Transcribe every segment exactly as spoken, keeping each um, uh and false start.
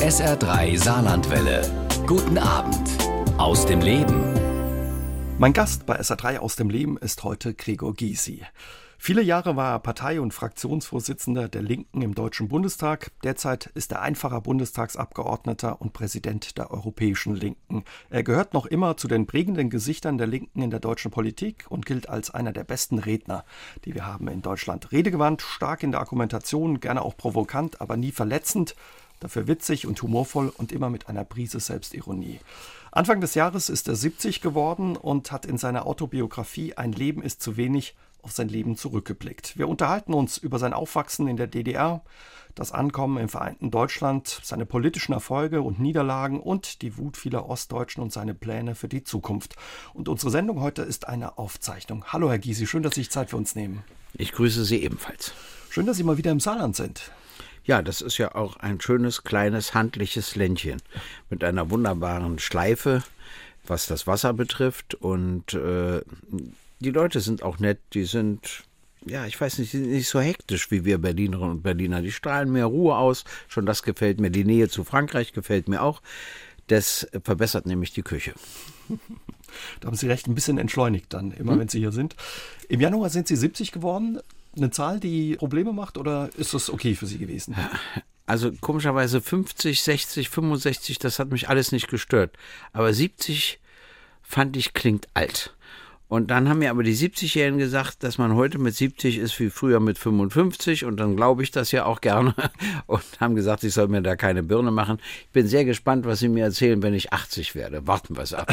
S R drei Saarlandwelle. Guten Abend aus dem Leben. Mein Gast bei S R drei aus dem Leben ist heute Gregor Gysi. Viele Jahre war er Partei- und Fraktionsvorsitzender der Linken im Deutschen Bundestag. Derzeit ist er einfacher Bundestagsabgeordneter und Präsident der Europäischen Linken. Er gehört noch immer zu den prägenden Gesichtern der Linken in der deutschen Politik und gilt als einer der besten Redner, die wir haben in Deutschland. Redegewandt, stark in der Argumentation, gerne auch provokant, aber nie verletzend. Dafür witzig und humorvoll und immer mit einer Prise Selbstironie. Anfang des Jahres ist er siebzig geworden und hat in seiner Autobiografie Ein Leben ist zu wenig auf sein Leben zurückgeblickt. Wir unterhalten uns über sein Aufwachsen in der D D R, das Ankommen im vereinten Deutschland, seine politischen Erfolge und Niederlagen und die Wut vieler Ostdeutschen und seine Pläne für die Zukunft. Und unsere Sendung heute ist eine Aufzeichnung. Hallo Herr Gysi, schön, dass Sie sich Zeit für uns nehmen. Ich grüße Sie ebenfalls. Schön, dass Sie mal wieder im Saarland sind. Ja, das ist ja auch ein schönes, kleines, handliches Ländchen mit einer wunderbaren Schleife, was das Wasser betrifft. Und äh, die Leute sind auch nett, die sind, ja, ich weiß nicht, die sind nicht so hektisch wie wir Berlinerinnen und Berliner. Die strahlen mehr Ruhe aus, schon das gefällt mir. Die Nähe zu Frankreich gefällt mir auch. Das verbessert nämlich die Küche. Da haben Sie recht, ein bisschen entschleunigt dann, immer hm? wenn Sie hier sind. Im Januar sind Sie siebzig geworden. Eine Zahl, die Probleme macht, oder ist das okay für Sie gewesen? Also komischerweise fünfzig, sechzig, fünfundsechzig, das hat mich alles nicht gestört. Aber siebzig fand ich, klingt alt. Und dann haben mir aber die siebzigjährigen gesagt, dass man heute mit siebzig ist wie früher mit fünfundfünfzig. Und dann glaube ich das ja auch gerne. Und haben gesagt, ich soll mir da keine Birne machen. Ich bin sehr gespannt, was Sie mir erzählen, wenn ich achtzig werde. Warten wir es ab.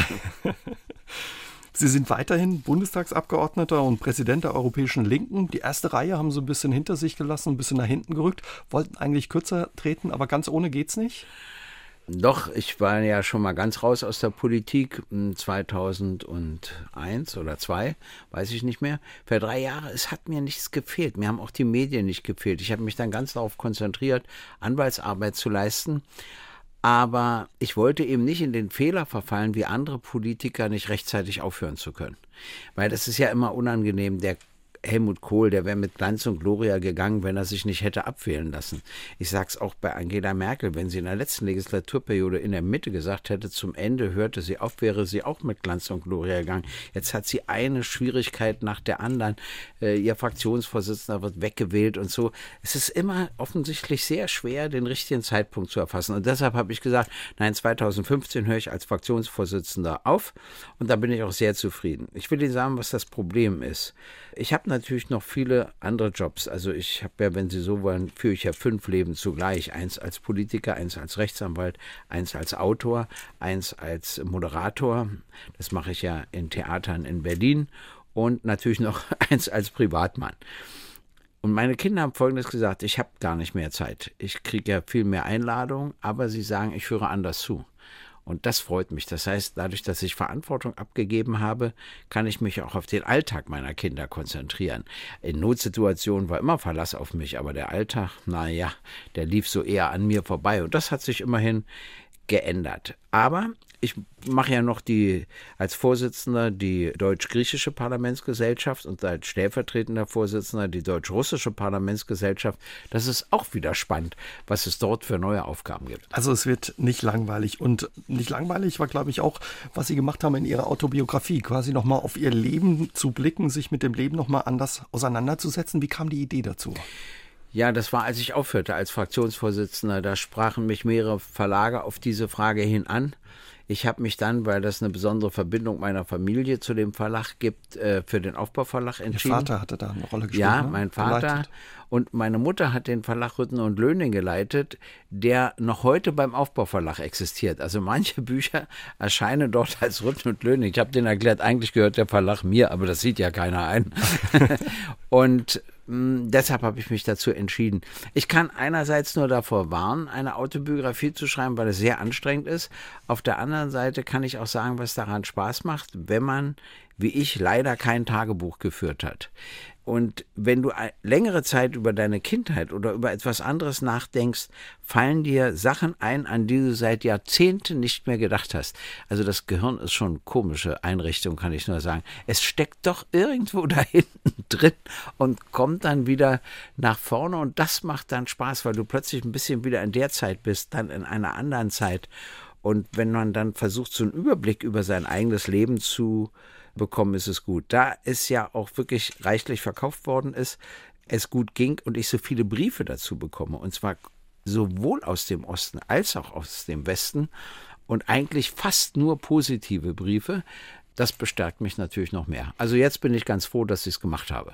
Sie sind weiterhin Bundestagsabgeordneter und Präsident der Europäischen Linken. Die erste Reihe haben Sie ein bisschen hinter sich gelassen, ein bisschen nach hinten gerückt, wollten eigentlich kürzer treten, aber ganz ohne geht's nicht? Doch, ich war ja schon mal ganz raus aus der Politik, zweitausendeins oder zwei, weiß ich nicht mehr. Für drei Jahre, es hat mir nichts gefehlt. Mir haben auch die Medien nicht gefehlt. Ich habe mich dann ganz darauf konzentriert, Anwaltsarbeit zu leisten. Aber ich wollte eben nicht in den Fehler verfallen, wie andere Politiker, nicht rechtzeitig aufhören zu können. Weil das ist ja immer unangenehm. Der Helmut Kohl, der wäre mit Glanz und Gloria gegangen, wenn er sich nicht hätte abwählen lassen. Ich sage es auch bei Angela Merkel, wenn sie in der letzten Legislaturperiode in der Mitte gesagt hätte, zum Ende hörte sie auf, wäre sie auch mit Glanz und Gloria gegangen. Jetzt hat sie eine Schwierigkeit nach der anderen. Äh, ihr Fraktionsvorsitzender wird weggewählt und so. Es ist immer offensichtlich sehr schwer, den richtigen Zeitpunkt zu erfassen. Und deshalb habe ich gesagt, nein, zweitausendfünfzehn höre ich als Fraktionsvorsitzender auf und da bin ich auch sehr zufrieden. Ich will Ihnen sagen, was das Problem ist. Ich habe natürlich noch viele andere Jobs. Also ich habe ja, wenn Sie so wollen, führe ich ja fünf Leben zugleich. Eins als Politiker, eins als Rechtsanwalt, eins als Autor, eins als Moderator. Das mache ich ja in Theatern in Berlin und natürlich noch eins als Privatmann. Und meine Kinder haben Folgendes gesagt, ich habe gar nicht mehr Zeit. Ich kriege ja viel mehr Einladungen, aber sie sagen, ich höre anders zu. Und das freut mich. Das heißt, dadurch, dass ich Verantwortung abgegeben habe, kann ich mich auch auf den Alltag meiner Kinder konzentrieren. In Notsituationen war immer Verlass auf mich, aber der Alltag, naja, der lief so eher an mir vorbei. Und das hat sich immerhin geändert. Aber ich mache ja noch die als Vorsitzender die deutsch-griechische Parlamentsgesellschaft und als stellvertretender Vorsitzender die deutsch-russische Parlamentsgesellschaft. Das ist auch wieder spannend, was es dort für neue Aufgaben gibt. Also es wird nicht langweilig. Und nicht langweilig war, glaube ich, auch, was Sie gemacht haben in Ihrer Autobiografie, quasi nochmal auf Ihr Leben zu blicken, sich mit dem Leben nochmal anders auseinanderzusetzen. Wie kam die Idee dazu? Ja, das war, als ich aufhörte als Fraktionsvorsitzender. Da sprachen mich mehrere Verlage auf diese Frage hin an. Ich habe mich dann, weil das eine besondere Verbindung meiner Familie zu dem Verlag gibt, für den Aufbauverlag entschieden. Ihr Vater hatte da eine Rolle gespielt, Ja, ne? mein Vater. Geleitet. Und meine Mutter hat den Verlag Rütten und Löning geleitet, der noch heute beim Aufbauverlag existiert. Also manche Bücher erscheinen dort als Rütten und Löning. Ich habe denen erklärt, eigentlich gehört der Verlag mir, aber das sieht ja keiner ein. Und mh, deshalb habe ich mich dazu entschieden. Ich kann einerseits nur davor warnen, eine Autobiografie zu schreiben, weil es sehr anstrengend ist. Auf der anderen Seite kann ich auch sagen, was daran Spaß macht, wenn man wie ich, leider kein Tagebuch geführt hat. Und wenn du längere Zeit über deine Kindheit oder über etwas anderes nachdenkst, fallen dir Sachen ein, an die du seit Jahrzehnten nicht mehr gedacht hast. Also das Gehirn ist schon eine komische Einrichtung, kann ich nur sagen. Es steckt doch irgendwo da hinten drin und kommt dann wieder nach vorne. Und das macht dann Spaß, weil du plötzlich ein bisschen wieder in der Zeit bist, dann in einer anderen Zeit. Und wenn man dann versucht, so einen Überblick über sein eigenes Leben zu bekommen, ist es gut. Da es ja auch wirklich reichlich verkauft worden ist, es gut ging und ich so viele Briefe dazu bekomme, und zwar sowohl aus dem Osten als auch aus dem Westen und eigentlich fast nur positive Briefe, das bestärkt mich natürlich noch mehr. Also jetzt bin ich ganz froh, dass ich es gemacht habe.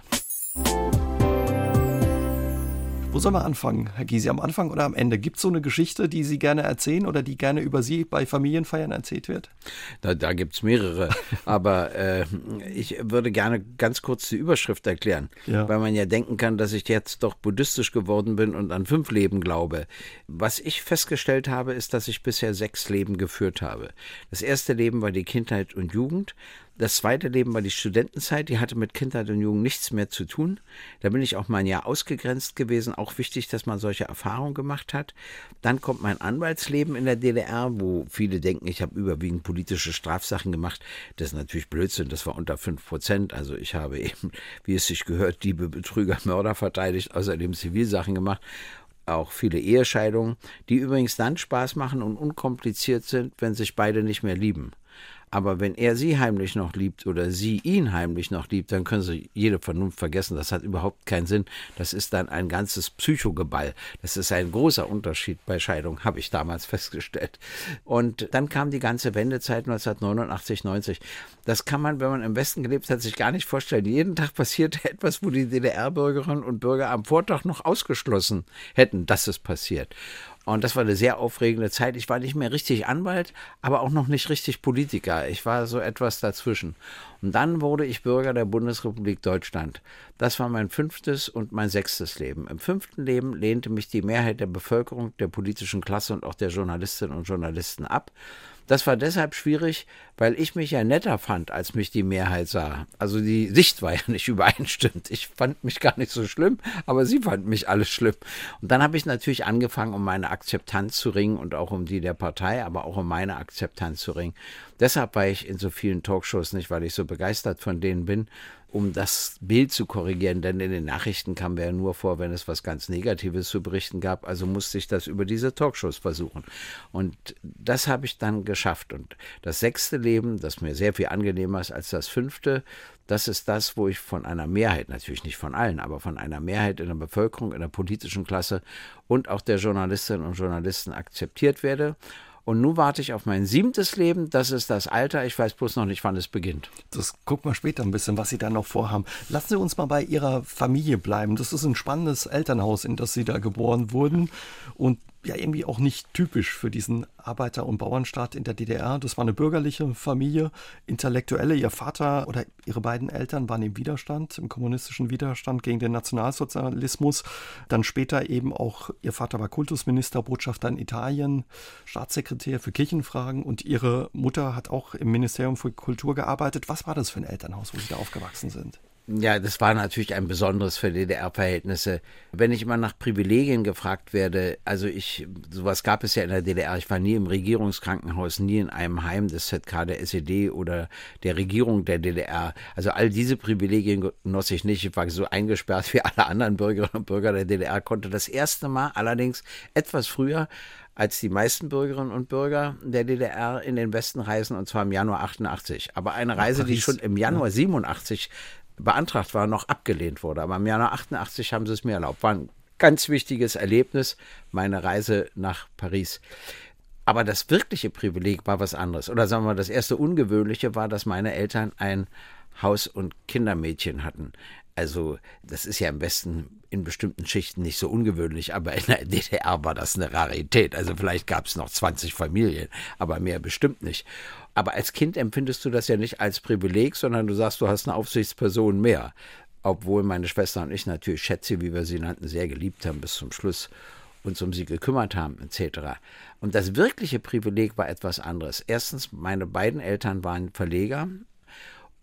Wo sollen wir anfangen, Herr Gysi? Am Anfang oder am Ende? Gibt es so eine Geschichte, die Sie gerne erzählen oder die gerne über Sie bei Familienfeiern erzählt wird? Da, da gibt es mehrere. Aber äh, ich würde gerne ganz kurz die Überschrift erklären, ja. Weil man ja denken kann, dass ich jetzt doch buddhistisch geworden bin und an fünf Leben glaube. Was ich festgestellt habe, ist, dass ich bisher sechs Leben geführt habe. Das erste Leben war die Kindheit und Jugend. Das zweite Leben war die Studentenzeit, die hatte mit Kindheit und Jugend nichts mehr zu tun. Da bin ich auch mal ein Jahr ausgegrenzt gewesen, auch wichtig, dass man solche Erfahrungen gemacht hat. Dann kommt mein Anwaltsleben in der D D R, wo viele denken, ich habe überwiegend politische Strafsachen gemacht. Das ist natürlich Blödsinn, das war unter fünf Prozent. Also ich habe eben, wie es sich gehört, Diebe, Betrüger, Mörder verteidigt, außerdem Zivilsachen gemacht. Auch viele Ehescheidungen, die übrigens dann Spaß machen und unkompliziert sind, wenn sich beide nicht mehr lieben. Aber wenn er sie heimlich noch liebt oder sie ihn heimlich noch liebt, dann können sie jede Vernunft vergessen. Das hat überhaupt keinen Sinn. Das ist dann ein ganzes Psychogeball. Das ist ein großer Unterschied bei Scheidung, habe ich damals festgestellt. Und dann kam die ganze Wendezeit neunzehnhundertneunundachtzig, neunzig. Das kann man, wenn man im Westen gelebt hat, sich gar nicht vorstellen. Jeden Tag passierte etwas, wo die D D R-Bürgerinnen und Bürger am Vortag noch ausgeschlossen hätten, dass es passiert. Und das war eine sehr aufregende Zeit. Ich war nicht mehr richtig Anwalt, aber auch noch nicht richtig Politiker. Ich war so etwas dazwischen. Und dann wurde ich Bürger der Bundesrepublik Deutschland. Das war mein fünftes und mein sechstes Leben. Im fünften Leben lehnte mich die Mehrheit der Bevölkerung, der politischen Klasse und auch der Journalistinnen und Journalisten ab. Das war deshalb schwierig, weil ich mich ja netter fand, als mich die Mehrheit sah. Also die Sicht war ja nicht übereinstimmend. Ich fand mich gar nicht so schlimm, aber sie fand mich alles schlimm. Und dann habe ich natürlich angefangen, um meine Akzeptanz zu ringen und auch um die der Partei, aber auch um meine Akzeptanz zu ringen. Deshalb war ich in so vielen Talkshows nicht, weil ich so begeistert von denen bin, um das Bild zu korrigieren, denn in den Nachrichten kam mir ja nur vor, wenn es was ganz Negatives zu berichten gab, also musste ich das über diese Talkshows versuchen. Und das habe ich dann geschafft. Und das sechste Leben, das mir sehr viel angenehmer ist als das fünfte, das ist das, wo ich von einer Mehrheit, natürlich nicht von allen, aber von einer Mehrheit in der Bevölkerung, in der politischen Klasse und auch der Journalistinnen und Journalisten akzeptiert werde. Und nun warte ich auf mein siebtes Leben, das ist das Alter, ich weiß bloß noch nicht, wann es beginnt. Das gucken wir später ein bisschen, was Sie da noch vorhaben. Lassen Sie uns mal bei Ihrer Familie bleiben. Das ist ein spannendes Elternhaus, in das Sie da geboren wurden und ja irgendwie auch nicht typisch für diesen Arbeiter- und Bauernstaat in der D D R. Das war eine bürgerliche Familie, Intellektuelle. Ihr Vater oder Ihre beiden Eltern waren im Widerstand, im kommunistischen Widerstand gegen den Nationalsozialismus. Dann später eben auch, Ihr Vater war Kultusminister, Botschafter in Italien, Staatssekretär für Kirchenfragen und Ihre Mutter hat auch im Ministerium für Kultur gearbeitet. Was war das für ein Elternhaus, wo Sie da aufgewachsen sind? Ja, das war natürlich ein besonderes für D D R-Verhältnisse. Wenn ich immer nach Privilegien gefragt werde, also ich, sowas gab es ja in der D D R, ich war nie im Regierungskrankenhaus, nie in einem Heim des Z K, der S E D oder der Regierung der D D R. Also all diese Privilegien genoss ich nicht. Ich war so eingesperrt wie alle anderen Bürgerinnen und Bürger der D D R, konnte das erste Mal allerdings etwas früher als die meisten Bürgerinnen und Bürger der D D R in den Westen reisen, und zwar im Januar achtundachtzig. Aber eine Reise, die schon im Januar siebenundachtzig beantragt war, noch abgelehnt wurde. Aber im Januar achtundachtzig haben sie es mir erlaubt. War ein ganz wichtiges Erlebnis, meine Reise nach Paris. Aber das wirkliche Privileg war was anderes. Oder sagen wir mal, das erste Ungewöhnliche war, dass meine Eltern ein Haus- und Kindermädchen hatten. Also das ist ja im Westen in bestimmten Schichten nicht so ungewöhnlich, aber in der D D R war das eine Rarität. Also vielleicht gab es noch zwanzig Familien, aber mehr bestimmt nicht. Aber als Kind empfindest du das ja nicht als Privileg, sondern du sagst, du hast eine Aufsichtsperson mehr. Obwohl meine Schwester und ich natürlich Schätze, wie wir sie nannten, sehr geliebt haben bis zum Schluss, uns um sie gekümmert haben et cetera. Und das wirkliche Privileg war etwas anderes. Erstens, meine beiden Eltern waren Verleger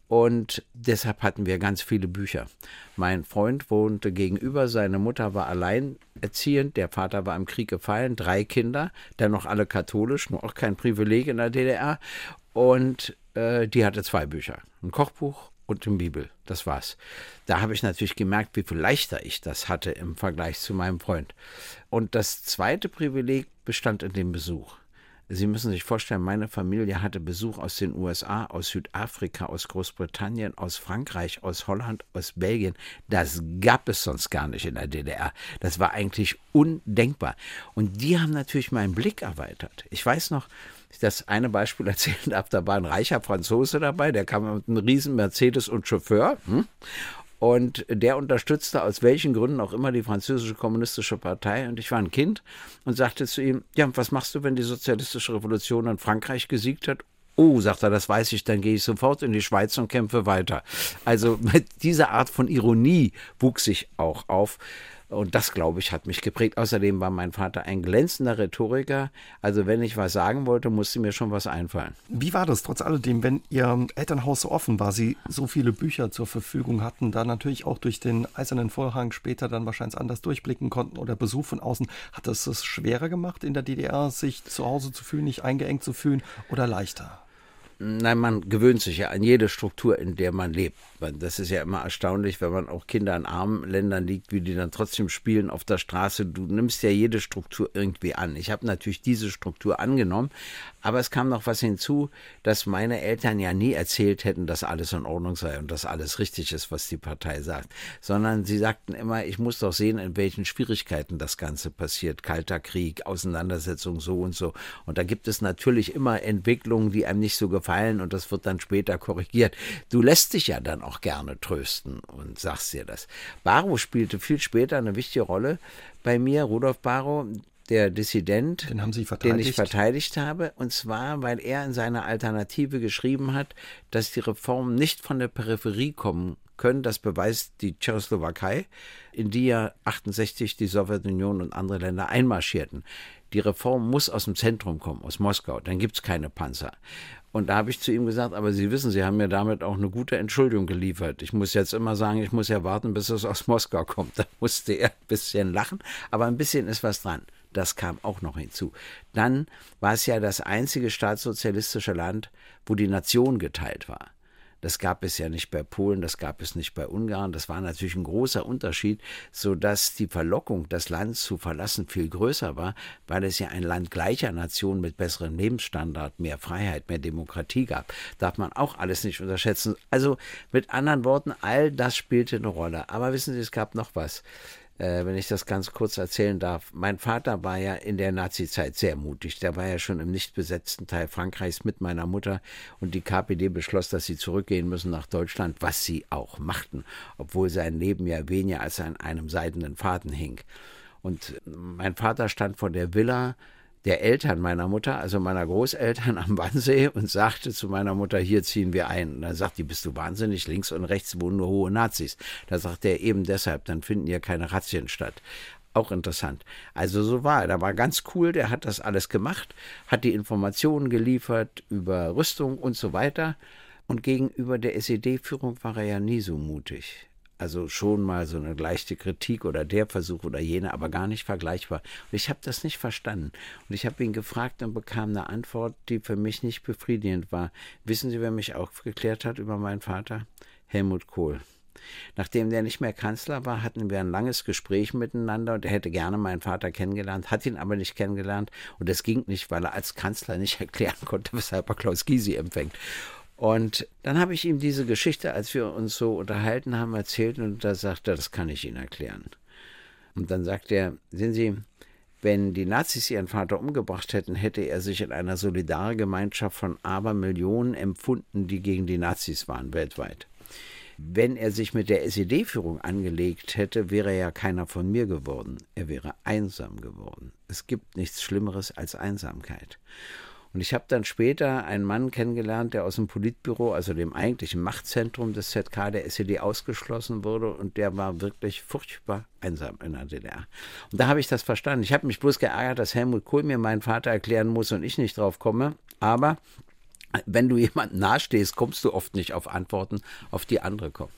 Und deshalb hatten wir ganz viele Bücher. Mein Freund wohnte gegenüber, seine Mutter war alleinerziehend, der Vater war im Krieg gefallen, drei Kinder, dann noch alle katholisch, nur auch kein Privileg in der D D R. Und äh, die hatte zwei Bücher, ein Kochbuch und eine Bibel, das war's. Da habe ich natürlich gemerkt, wie viel leichter ich das hatte im Vergleich zu meinem Freund. Und das zweite Privileg bestand in dem Besuch. Sie müssen sich vorstellen, meine Familie hatte Besuch aus den U S A, aus Südafrika, aus Großbritannien, aus Frankreich, aus Holland, aus Belgien. Das gab es sonst gar nicht in der D D R. Das war eigentlich undenkbar. Und die haben natürlich meinen Blick erweitert. Ich weiß noch, das eine Beispiel erzählen darf, da war ein reicher Franzose dabei, der kam mit einem riesen Mercedes und Chauffeur. Hm? Und der unterstützte aus welchen Gründen auch immer die französische kommunistische Partei. Und ich war ein Kind und sagte zu ihm, ja, was machst du, wenn die sozialistische Revolution in Frankreich gesiegt hat? Oh, sagt er, das weiß ich, dann gehe ich sofort in die Schweiz und kämpfe weiter. Also mit dieser Art von Ironie wuchs ich auch auf. Und das, glaube ich, hat mich geprägt. Außerdem war mein Vater ein glänzender Rhetoriker. Also wenn ich was sagen wollte, musste mir schon was einfallen. Wie war das trotz alledem, wenn Ihr Elternhaus so offen war, Sie so viele Bücher zur Verfügung hatten, da natürlich auch durch den eisernen Vorhang später dann wahrscheinlich anders durchblicken konnten oder Besuch von außen, hat das es schwerer gemacht in der D D R, sich zu Hause zu fühlen, nicht eingeengt zu fühlen oder leichter? Nein, man gewöhnt sich ja an jede Struktur, in der man lebt. Das ist ja immer erstaunlich, wenn man auch Kinder in armen Ländern liegt, wie die dann trotzdem spielen auf der Straße. Du nimmst ja jede Struktur irgendwie an. Ich habe natürlich diese Struktur angenommen, aber es kam noch was hinzu, dass meine Eltern ja nie erzählt hätten, dass alles in Ordnung sei und dass alles richtig ist, was die Partei sagt, sondern sie sagten immer, ich muss doch sehen, in welchen Schwierigkeiten das Ganze passiert. Kalter Krieg, Auseinandersetzung so und so. Und da gibt es natürlich immer Entwicklungen, die einem nicht so gefallen und das wird dann später korrigiert. Du lässt dich ja dann auch gerne trösten und sagst dir das. Barrow spielte viel später eine wichtige Rolle bei mir, Rudolf Barrow, der Dissident, den, haben Sie verteidigt? den ich verteidigt habe, und zwar, weil er in seiner Alternative geschrieben hat, dass die Reformen nicht von der Peripherie kommen können. Das beweist die Tschechoslowakei, in die ja achtundsechzig die Sowjetunion und andere Länder einmarschierten. Die Reform muss aus dem Zentrum kommen, aus Moskau, dann gibt es keine Panzer. Und da habe ich zu ihm gesagt, aber Sie wissen, Sie haben mir damit auch eine gute Entschuldigung geliefert. Ich muss jetzt immer sagen, ich muss ja warten, bis es aus Moskau kommt. Da musste er ein bisschen lachen, aber ein bisschen ist was dran. Das kam auch noch hinzu. Dann war es ja das einzige staatssozialistische Land, wo die Nation geteilt war. Das gab es ja nicht bei Polen, das gab es nicht bei Ungarn. Das war natürlich ein großer Unterschied, sodass die Verlockung, das Land zu verlassen, viel größer war, weil es ja ein Land gleicher Nation mit besserem Lebensstandard, mehr Freiheit, mehr Demokratie gab. Darf man auch alles nicht unterschätzen. Also mit anderen Worten, all das spielte eine Rolle. Aber wissen Sie, es gab noch was. Äh, wenn ich das ganz kurz erzählen darf. Mein Vater war ja in der Nazizeit sehr mutig. Der war ja schon im nicht besetzten Teil Frankreichs mit meiner Mutter und die K P D beschloss, dass sie zurückgehen müssen nach Deutschland, was sie auch machten, obwohl sein Leben ja weniger als an einem seidenen Faden hing. Und mein Vater stand vor der Villa der Eltern meiner Mutter, also meiner Großeltern am Wannsee, und sagte zu meiner Mutter, hier ziehen wir ein. Und dann sagt die, bist du wahnsinnig, links und rechts wohnen nur hohe Nazis. Da sagt er, eben deshalb, dann finden ja keine Razzien statt. Auch interessant. Also so war er, der war ganz cool, der hat das alles gemacht, hat die Informationen geliefert über Rüstung und so weiter. Und gegenüber der S E D-Führung war er ja nie so mutig. Also schon mal so eine leichte Kritik oder der Versuch oder jene, aber gar nicht vergleichbar. Und ich habe das nicht verstanden. Und ich habe ihn gefragt und bekam eine Antwort, die für mich nicht befriedigend war. Wissen Sie, wer mich aufgeklärt hat über meinen Vater? Helmut Kohl. Nachdem der nicht mehr Kanzler war, hatten wir ein langes Gespräch miteinander und er hätte gerne meinen Vater kennengelernt, hat ihn aber nicht kennengelernt. Und das ging nicht, weil er als Kanzler nicht erklären konnte, weshalb er Klaus Gysi empfängt. Und dann habe ich ihm diese Geschichte, als wir uns so unterhalten haben, erzählt und da sagte er, das kann ich Ihnen erklären. Und dann sagt er, sehen Sie, wenn die Nazis ihren Vater umgebracht hätten, hätte er sich in einer Solidargemeinschaft von Abermillionen empfunden, die gegen die Nazis waren, weltweit. Wenn er sich mit der S E D-Führung angelegt hätte, wäre er ja keiner von mir geworden. Er wäre einsam geworden. Es gibt nichts Schlimmeres als Einsamkeit. Und ich habe dann später einen Mann kennengelernt, der aus dem Politbüro, also dem eigentlichen Machtzentrum des Z K der S E D, ausgeschlossen wurde. Und der war wirklich furchtbar einsam in der D D R. Und da habe ich das verstanden. Ich habe mich bloß geärgert, dass Helmut Kohl mir meinen Vater erklären muss und ich nicht drauf komme. Aber wenn du jemandem nahestehst, kommst du oft nicht auf Antworten, auf die andere kommen.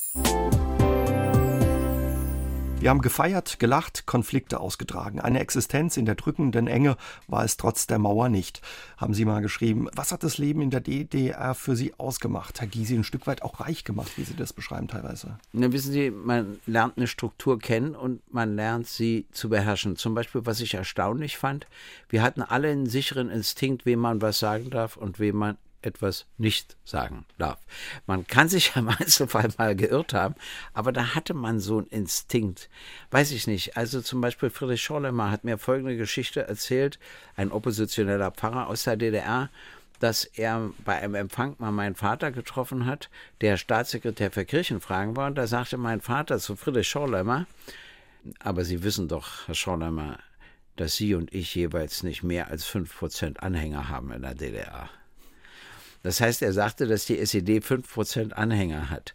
Wir haben gefeiert, gelacht, Konflikte ausgetragen. Eine Existenz in der drückenden Enge war es trotz der Mauer nicht, haben Sie mal geschrieben. Was hat das Leben in der D D R für Sie ausgemacht? Herr Gysi, ein Stück weit auch reich gemacht, wie Sie das beschreiben teilweise. Na, wissen Sie, man lernt eine Struktur kennen und man lernt sie zu beherrschen. Zum Beispiel, was ich erstaunlich fand, wir hatten alle einen sicheren Instinkt, wem man was sagen darf und wem man etwas nicht sagen darf. Man kann sich im Einzelfall mal geirrt haben, aber da hatte man so einen Instinkt. Weiß ich nicht. Also zum Beispiel Friedrich Schorlemmer hat mir folgende Geschichte erzählt, ein oppositioneller Pfarrer aus der D D R, dass er bei einem Empfang mal meinen Vater getroffen hat, der Staatssekretär für Kirchenfragen war. Und da sagte mein Vater zu Friedrich Schorlemmer, aber Sie wissen doch, Herr Schorlemmer, dass Sie und ich jeweils nicht mehr als fünf Prozent Anhänger haben in der D D R. Das heißt, er sagte, dass die S E D fünf Prozent Anhänger hat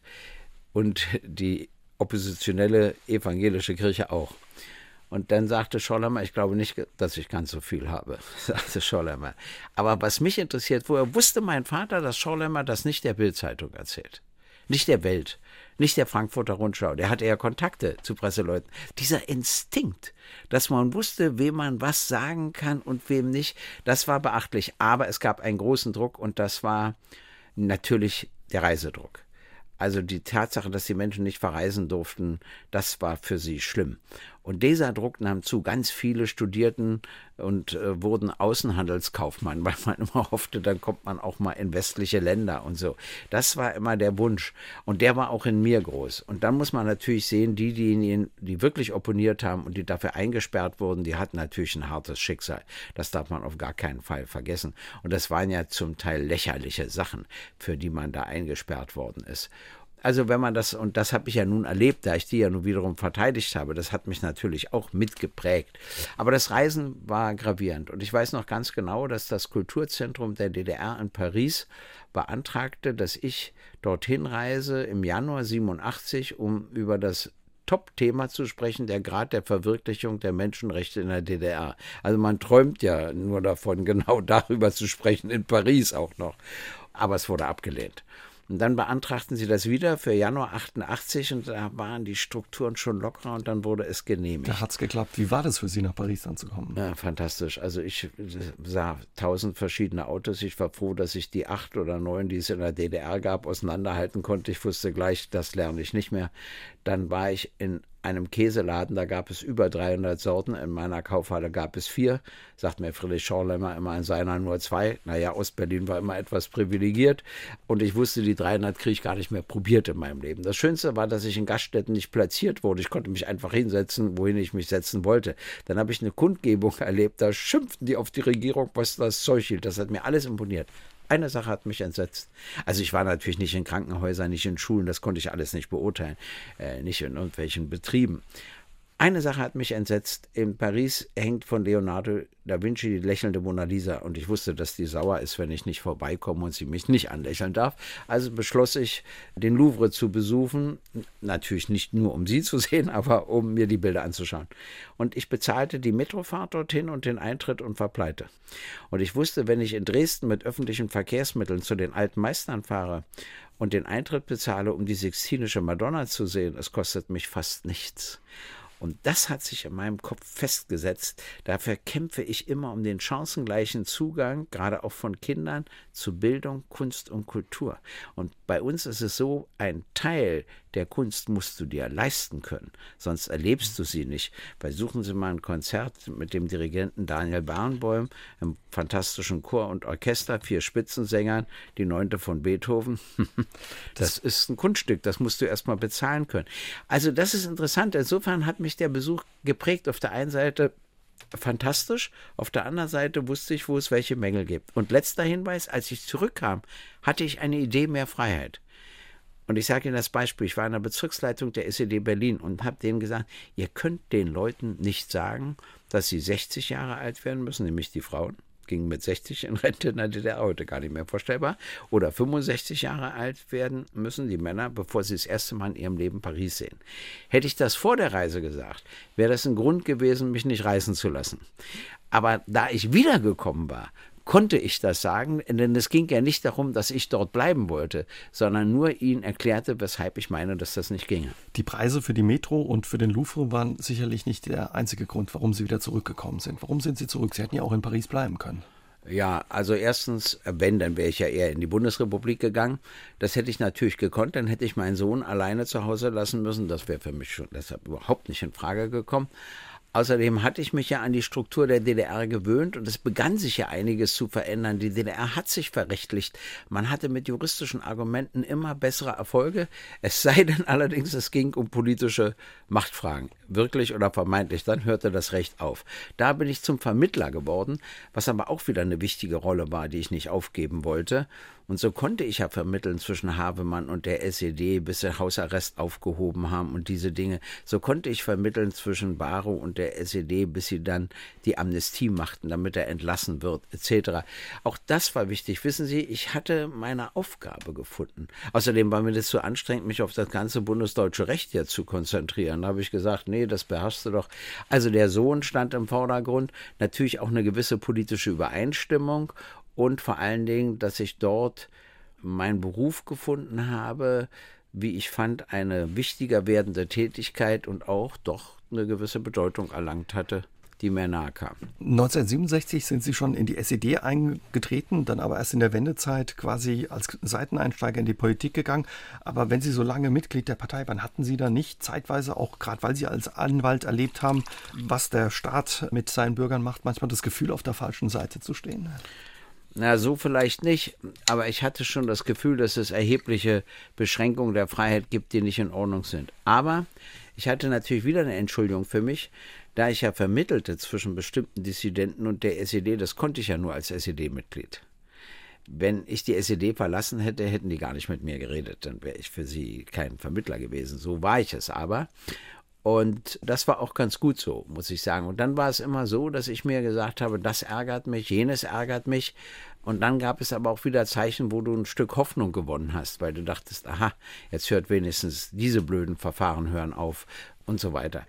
und die oppositionelle evangelische Kirche auch. Und dann sagte Schorlemmer, ich glaube nicht, dass ich ganz so viel habe, sagte Schorlemmer. Aber was mich interessiert, woher wusste mein Vater, dass Schorlemmer das nicht der Bild-Zeitung erzählt? Nicht der Welt, nicht der Frankfurter Rundschau. Der hatte ja Kontakte zu Presseleuten. Dieser Instinkt, dass man wusste, wem man was sagen kann und wem nicht, das war beachtlich. Aber es gab einen großen Druck und das war natürlich der Reisedruck. Also die Tatsache, dass die Menschen nicht verreisen durften, das war für sie schlimm. Und dieser Druck nahm zu. Ganz viele studierten und äh, wurden Außenhandelskaufmann, weil man immer hoffte, dann kommt man auch mal in westliche Länder und so. Das war immer der Wunsch. Und der war auch in mir groß. Und dann muss man natürlich sehen, die, diejenigen, die wirklich opponiert haben und die dafür eingesperrt wurden, die hatten natürlich ein hartes Schicksal. Das darf man auf gar keinen Fall vergessen. Und das waren ja zum Teil lächerliche Sachen, für die man da eingesperrt worden ist. Also wenn man das, und das habe ich ja nun erlebt, da ich die ja nun wiederum verteidigt habe, das hat mich natürlich auch mitgeprägt. Aber das Reisen war gravierend. Und ich weiß noch ganz genau, dass das Kulturzentrum der D D R in Paris beantragte, dass ich dorthin reise im Januar siebenundachtzig, um über das Top-Thema zu sprechen, der Grad der Verwirklichung der Menschenrechte in der D D R. Also man träumt ja nur davon, genau darüber zu sprechen, in Paris auch noch. Aber es wurde abgelehnt. Und dann beantragten sie das wieder für Januar achtundachtzig und da waren die Strukturen schon lockerer und dann wurde es genehmigt. Da hat es geklappt. Wie war das für Sie, nach Paris dann zu kommen? Ja, fantastisch. Also ich sah tausend verschiedene Autos. Ich war froh, dass ich die acht oder neun, die es in der D D R gab, auseinanderhalten konnte. Ich wusste gleich, das lerne ich nicht mehr. Dann war ich in einem Käseladen, da gab es über dreihundert Sorten, in meiner Kaufhalle gab es vier, sagt mir Friedrich Schorlemmer immer in seiner nur zwei. Naja, Ostberlin war immer etwas privilegiert und ich wusste, die dreihundert kriege ich gar nicht mehr probiert in meinem Leben. Das Schönste war, dass ich in Gaststätten nicht platziert wurde. Ich konnte mich einfach hinsetzen, wohin ich mich setzen wollte. Dann habe ich eine Kundgebung erlebt, da schimpften die auf die Regierung, was das Zeug hielt. Das hat mir alles imponiert. Eine Sache hat mich entsetzt. Also ich war natürlich nicht in Krankenhäusern, nicht in Schulen, das konnte ich alles nicht beurteilen, äh, nicht in irgendwelchen Betrieben. Eine Sache hat mich entsetzt. In Paris hängt von Leonardo da Vinci die lächelnde Mona Lisa und ich wusste, dass die sauer ist, wenn ich nicht vorbeikomme und sie mich nicht anlächeln darf. Also beschloss ich, den Louvre zu besuchen. Natürlich nicht nur, um sie zu sehen, aber um mir die Bilder anzuschauen. Und ich bezahlte die Metrofahrt dorthin und den Eintritt und war pleite. Und ich wusste, wenn ich in Dresden mit öffentlichen Verkehrsmitteln zu den alten Meistern fahre und den Eintritt bezahle, um die Sixtinische Madonna zu sehen, es kostet mich fast nichts. Und das hat sich in meinem Kopf festgesetzt. Dafür kämpfe ich immer um den chancengleichen Zugang, gerade auch von Kindern, zu Bildung, Kunst und Kultur. Und bei uns ist es so, ein Teil der Kunst musst du dir leisten können, sonst erlebst du sie nicht. Besuchen Sie mal ein Konzert mit dem Dirigenten Daniel Barenboim, einem fantastischen Chor und Orchester, vier Spitzensängern, die Neunte von Beethoven. Das ist ein Kunststück, das musst du erst mal bezahlen können. Also das ist interessant. Insofern hat mich der Besuch geprägt. Auf der einen Seite fantastisch, auf der anderen Seite wusste ich, wo es welche Mängel gibt. Und letzter Hinweis, als ich zurückkam, hatte ich eine Idee mehr Freiheit. Und ich sage Ihnen das Beispiel, ich war in der Bezirksleitung der S E D Berlin und habe denen gesagt, ihr könnt den Leuten nicht sagen, dass sie sechzig Jahre alt werden müssen, nämlich die Frauen, gingen mit sechzig in Rente in der D D R, heute gar nicht mehr vorstellbar, oder fünfundsechzig Jahre alt werden müssen die Männer, bevor sie das erste Mal in ihrem Leben Paris sehen. Hätte ich das vor der Reise gesagt, wäre das ein Grund gewesen, mich nicht reisen zu lassen. Aber da ich wiedergekommen war, konnte ich das sagen, denn es ging ja nicht darum, dass ich dort bleiben wollte, sondern nur ihn erklärte, weshalb ich meine, dass das nicht ginge. Die Preise für die Metro und für den Louvre waren sicherlich nicht der einzige Grund, warum Sie wieder zurückgekommen sind. Warum sind Sie zurück? Sie hätten ja auch in Paris bleiben können. Ja, also erstens, wenn, dann wäre ich ja eher in die Bundesrepublik gegangen. Das hätte ich natürlich gekonnt, dann hätte ich meinen Sohn alleine zu Hause lassen müssen. Das wäre für mich schon deshalb überhaupt nicht in Frage gekommen. Außerdem hatte ich mich ja an die Struktur der D D R gewöhnt und es begann sich ja einiges zu verändern. Die D D R hat sich verrechtlicht. Man hatte mit juristischen Argumenten immer bessere Erfolge. Es sei denn allerdings, es ging um politische Machtfragen. Wirklich oder vermeintlich, dann hörte das Recht auf. Da bin ich zum Vermittler geworden, was aber auch wieder eine wichtige Rolle war, die ich nicht aufgeben wollte. Und so konnte ich ja vermitteln zwischen Havemann und der S E D, bis sie Hausarrest aufgehoben haben und diese Dinge. So konnte ich vermitteln zwischen Barrow und der S E D, bis sie dann die Amnestie machten, damit er entlassen wird, et cetera. Auch das war wichtig. Wissen Sie, ich hatte meine Aufgabe gefunden. Außerdem war mir das zu anstrengend, mich auf das ganze bundesdeutsche Recht jetzt zu konzentrieren. Da habe ich gesagt, nee, das beherrschst du doch. Also der Sohn stand im Vordergrund, natürlich auch eine gewisse politische Übereinstimmung. Und vor allen Dingen, dass ich dort meinen Beruf gefunden habe, wie ich fand, eine wichtiger werdende Tätigkeit und auch doch eine gewisse Bedeutung erlangt hatte, die mir nahe kam. neunzehnhundertsiebenundsechzig sind Sie schon in die S E D eingetreten, dann aber erst in der Wendezeit quasi als Seiteneinsteiger in die Politik gegangen. Aber wenn Sie so lange Mitglied der Partei waren, hatten Sie da nicht zeitweise auch, gerade weil Sie als Anwalt erlebt haben, was der Staat mit seinen Bürgern macht, manchmal das Gefühl, auf der falschen Seite zu stehen? Na, so vielleicht nicht, aber ich hatte schon das Gefühl, dass es erhebliche Beschränkungen der Freiheit gibt, die nicht in Ordnung sind. Aber ich hatte natürlich wieder eine Entschuldigung für mich, da ich ja vermittelte zwischen bestimmten Dissidenten und der S E D, das konnte ich ja nur als S E D-Mitglied. Wenn ich die S E D verlassen hätte, hätten die gar nicht mit mir geredet, dann wäre ich für sie kein Vermittler gewesen. So war ich es aber. Und das war auch ganz gut so, muss ich sagen. Und dann war es immer so, dass ich mir gesagt habe, das ärgert mich, jenes ärgert mich. Und dann gab es aber auch wieder Zeichen, wo du ein Stück Hoffnung gewonnen hast, weil du dachtest, aha, jetzt hört wenigstens diese blöden Verfahren hören auf und so weiter.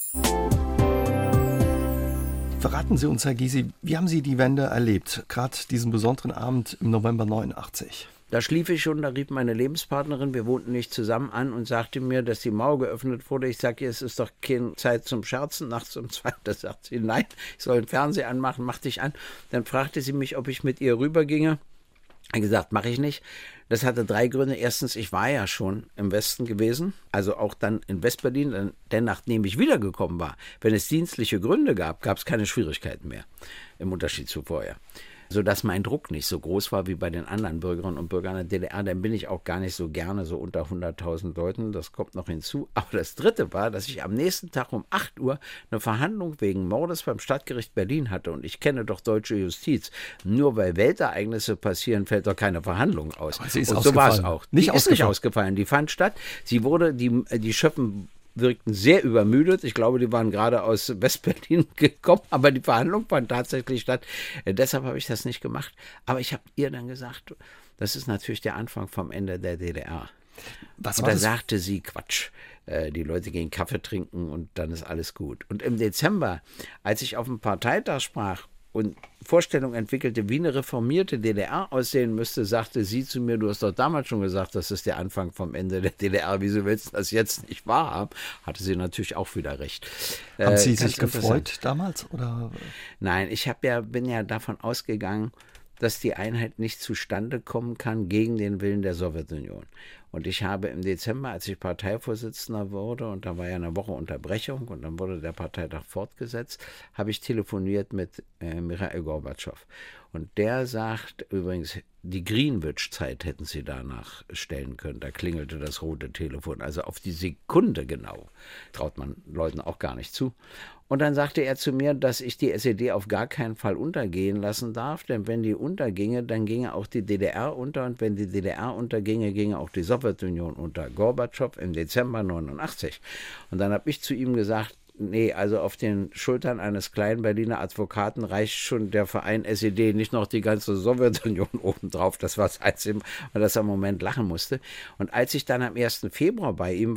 Verraten Sie uns, Herr Gysi, wie haben Sie die Wende erlebt, gerade diesen besonderen Abend im November neunundachtzig? Da schlief ich schon, da rief meine Lebenspartnerin, wir wohnten nicht zusammen, an und sagte mir, dass die Mauer geöffnet wurde. Ich sage ihr, es ist doch keine Zeit zum Scherzen, nachts um zwei. Da sagt sie, nein, ich soll den Fernseher anmachen, mach dich an. Dann fragte sie mich, ob ich mit ihr rüberginge. Ich habe gesagt, mache ich nicht. Das hatte drei Gründe. Erstens, ich war ja schon im Westen gewesen, also auch dann in Westberlin, denn nachdem ich wiedergekommen war, wenn es dienstliche Gründe gab, gab es keine Schwierigkeiten mehr, im Unterschied zu vorher. Sodass mein Druck nicht so groß war wie bei den anderen Bürgerinnen und Bürgern der D D R. Dann bin ich auch gar nicht so gerne so unter hunderttausend Leuten. Das kommt noch hinzu. Aber das Dritte war, dass ich am nächsten Tag um acht Uhr eine Verhandlung wegen Mordes beim Stadtgericht Berlin hatte. Und ich kenne doch deutsche Justiz. Nur weil Weltereignisse passieren, fällt doch keine Verhandlung aus. Und so war es auch. Nicht die ist nicht ausgefallen. Die fand statt. Sie wurde, die, die Schöffen wirkten sehr übermüdet. Ich glaube, die waren gerade aus Westberlin gekommen, aber die Verhandlung fand tatsächlich statt. Äh, deshalb habe ich das nicht gemacht. Aber ich habe ihr dann gesagt, das ist natürlich der Anfang vom Ende der D D R. Was und war da das? sagte sie, Quatsch, äh, die Leute gehen Kaffee trinken und dann ist alles gut. Und im Dezember, als ich auf dem Parteitag sprach und Vorstellung entwickelte, wie eine reformierte D D R aussehen müsste, sagte sie zu mir, du hast doch damals schon gesagt, das ist der Anfang vom Ende der D D R, wieso willst du das jetzt nicht wahrhaben? Hatte sie natürlich auch wieder recht. Haben äh, Sie sich gefreut damals? Oder? Nein, ich hab ja, bin ja davon ausgegangen, dass die Einheit nicht zustande kommen kann gegen den Willen der Sowjetunion. Und ich habe im Dezember, als ich Parteivorsitzender wurde, und da war ja eine Woche Unterbrechung und dann wurde der Parteitag fortgesetzt, habe ich telefoniert mit äh, Michail Gorbatschow. Und der sagt übrigens, die Greenwich-Zeit hätten Sie danach stellen können. Da klingelte das rote Telefon. Also auf die Sekunde genau. Traut man Leuten auch gar nicht zu. Und dann sagte er zu mir, dass ich die S E D auf gar keinen Fall untergehen lassen darf, denn wenn die unterginge, dann ginge auch die D D R unter und wenn die D D R unterginge, ginge auch die Sowjetunion unter. Gorbatschow im Dezember neunundachtzig. Und dann habe ich zu ihm gesagt, nee, also auf den Schultern eines kleinen Berliner Advokaten reicht schon der Verein S E D, nicht noch die ganze Sowjetunion obendrauf. Das war das Einzige, das er im Moment lachen musste. Und als ich dann am ersten Februar bei ihm war,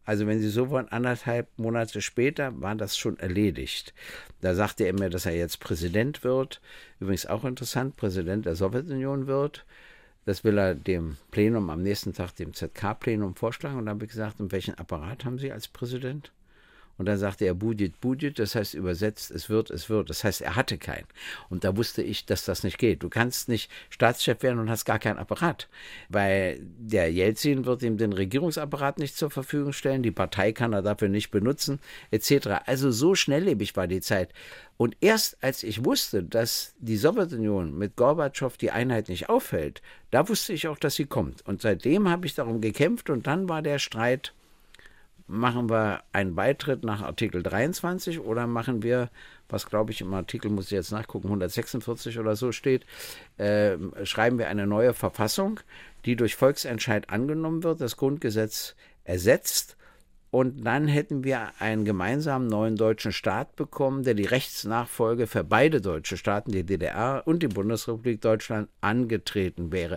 Also wenn Sie so wollen, anderthalb Monate später war das schon erledigt. Da sagte er mir, dass er jetzt Präsident wird. Übrigens auch interessant, Präsident der Sowjetunion wird. Das will er dem Plenum am nächsten Tag, dem Z K-Plenum vorschlagen. Und dann habe ich gesagt, und welchen Apparat haben Sie als Präsident? Und dann sagte er, Budjet, Budjet, das heißt übersetzt, es wird, es wird. Das heißt, er hatte keinen. Und da wusste ich, dass das nicht geht. Du kannst nicht Staatschef werden und hast gar keinen Apparat. Weil der Jelzin wird ihm den Regierungsapparat nicht zur Verfügung stellen, die Partei kann er dafür nicht benutzen, et cetera. Also so schnelllebig war die Zeit. Und erst als ich wusste, dass die Sowjetunion mit Gorbatschow die Einheit nicht aufhält, da wusste ich auch, dass sie kommt. Und seitdem habe ich darum gekämpft und dann war der Streit, machen wir einen Beitritt nach Artikel dreiundzwanzig oder machen wir, was glaube ich im Artikel, muss ich jetzt nachgucken, hundertsechsundvierzig oder so steht, äh, schreiben wir eine neue Verfassung, die durch Volksentscheid angenommen wird, das Grundgesetz ersetzt und dann hätten wir einen gemeinsamen neuen deutschen Staat bekommen, der die Rechtsnachfolge für beide deutsche Staaten, die D D R und die Bundesrepublik Deutschland, angetreten wäre.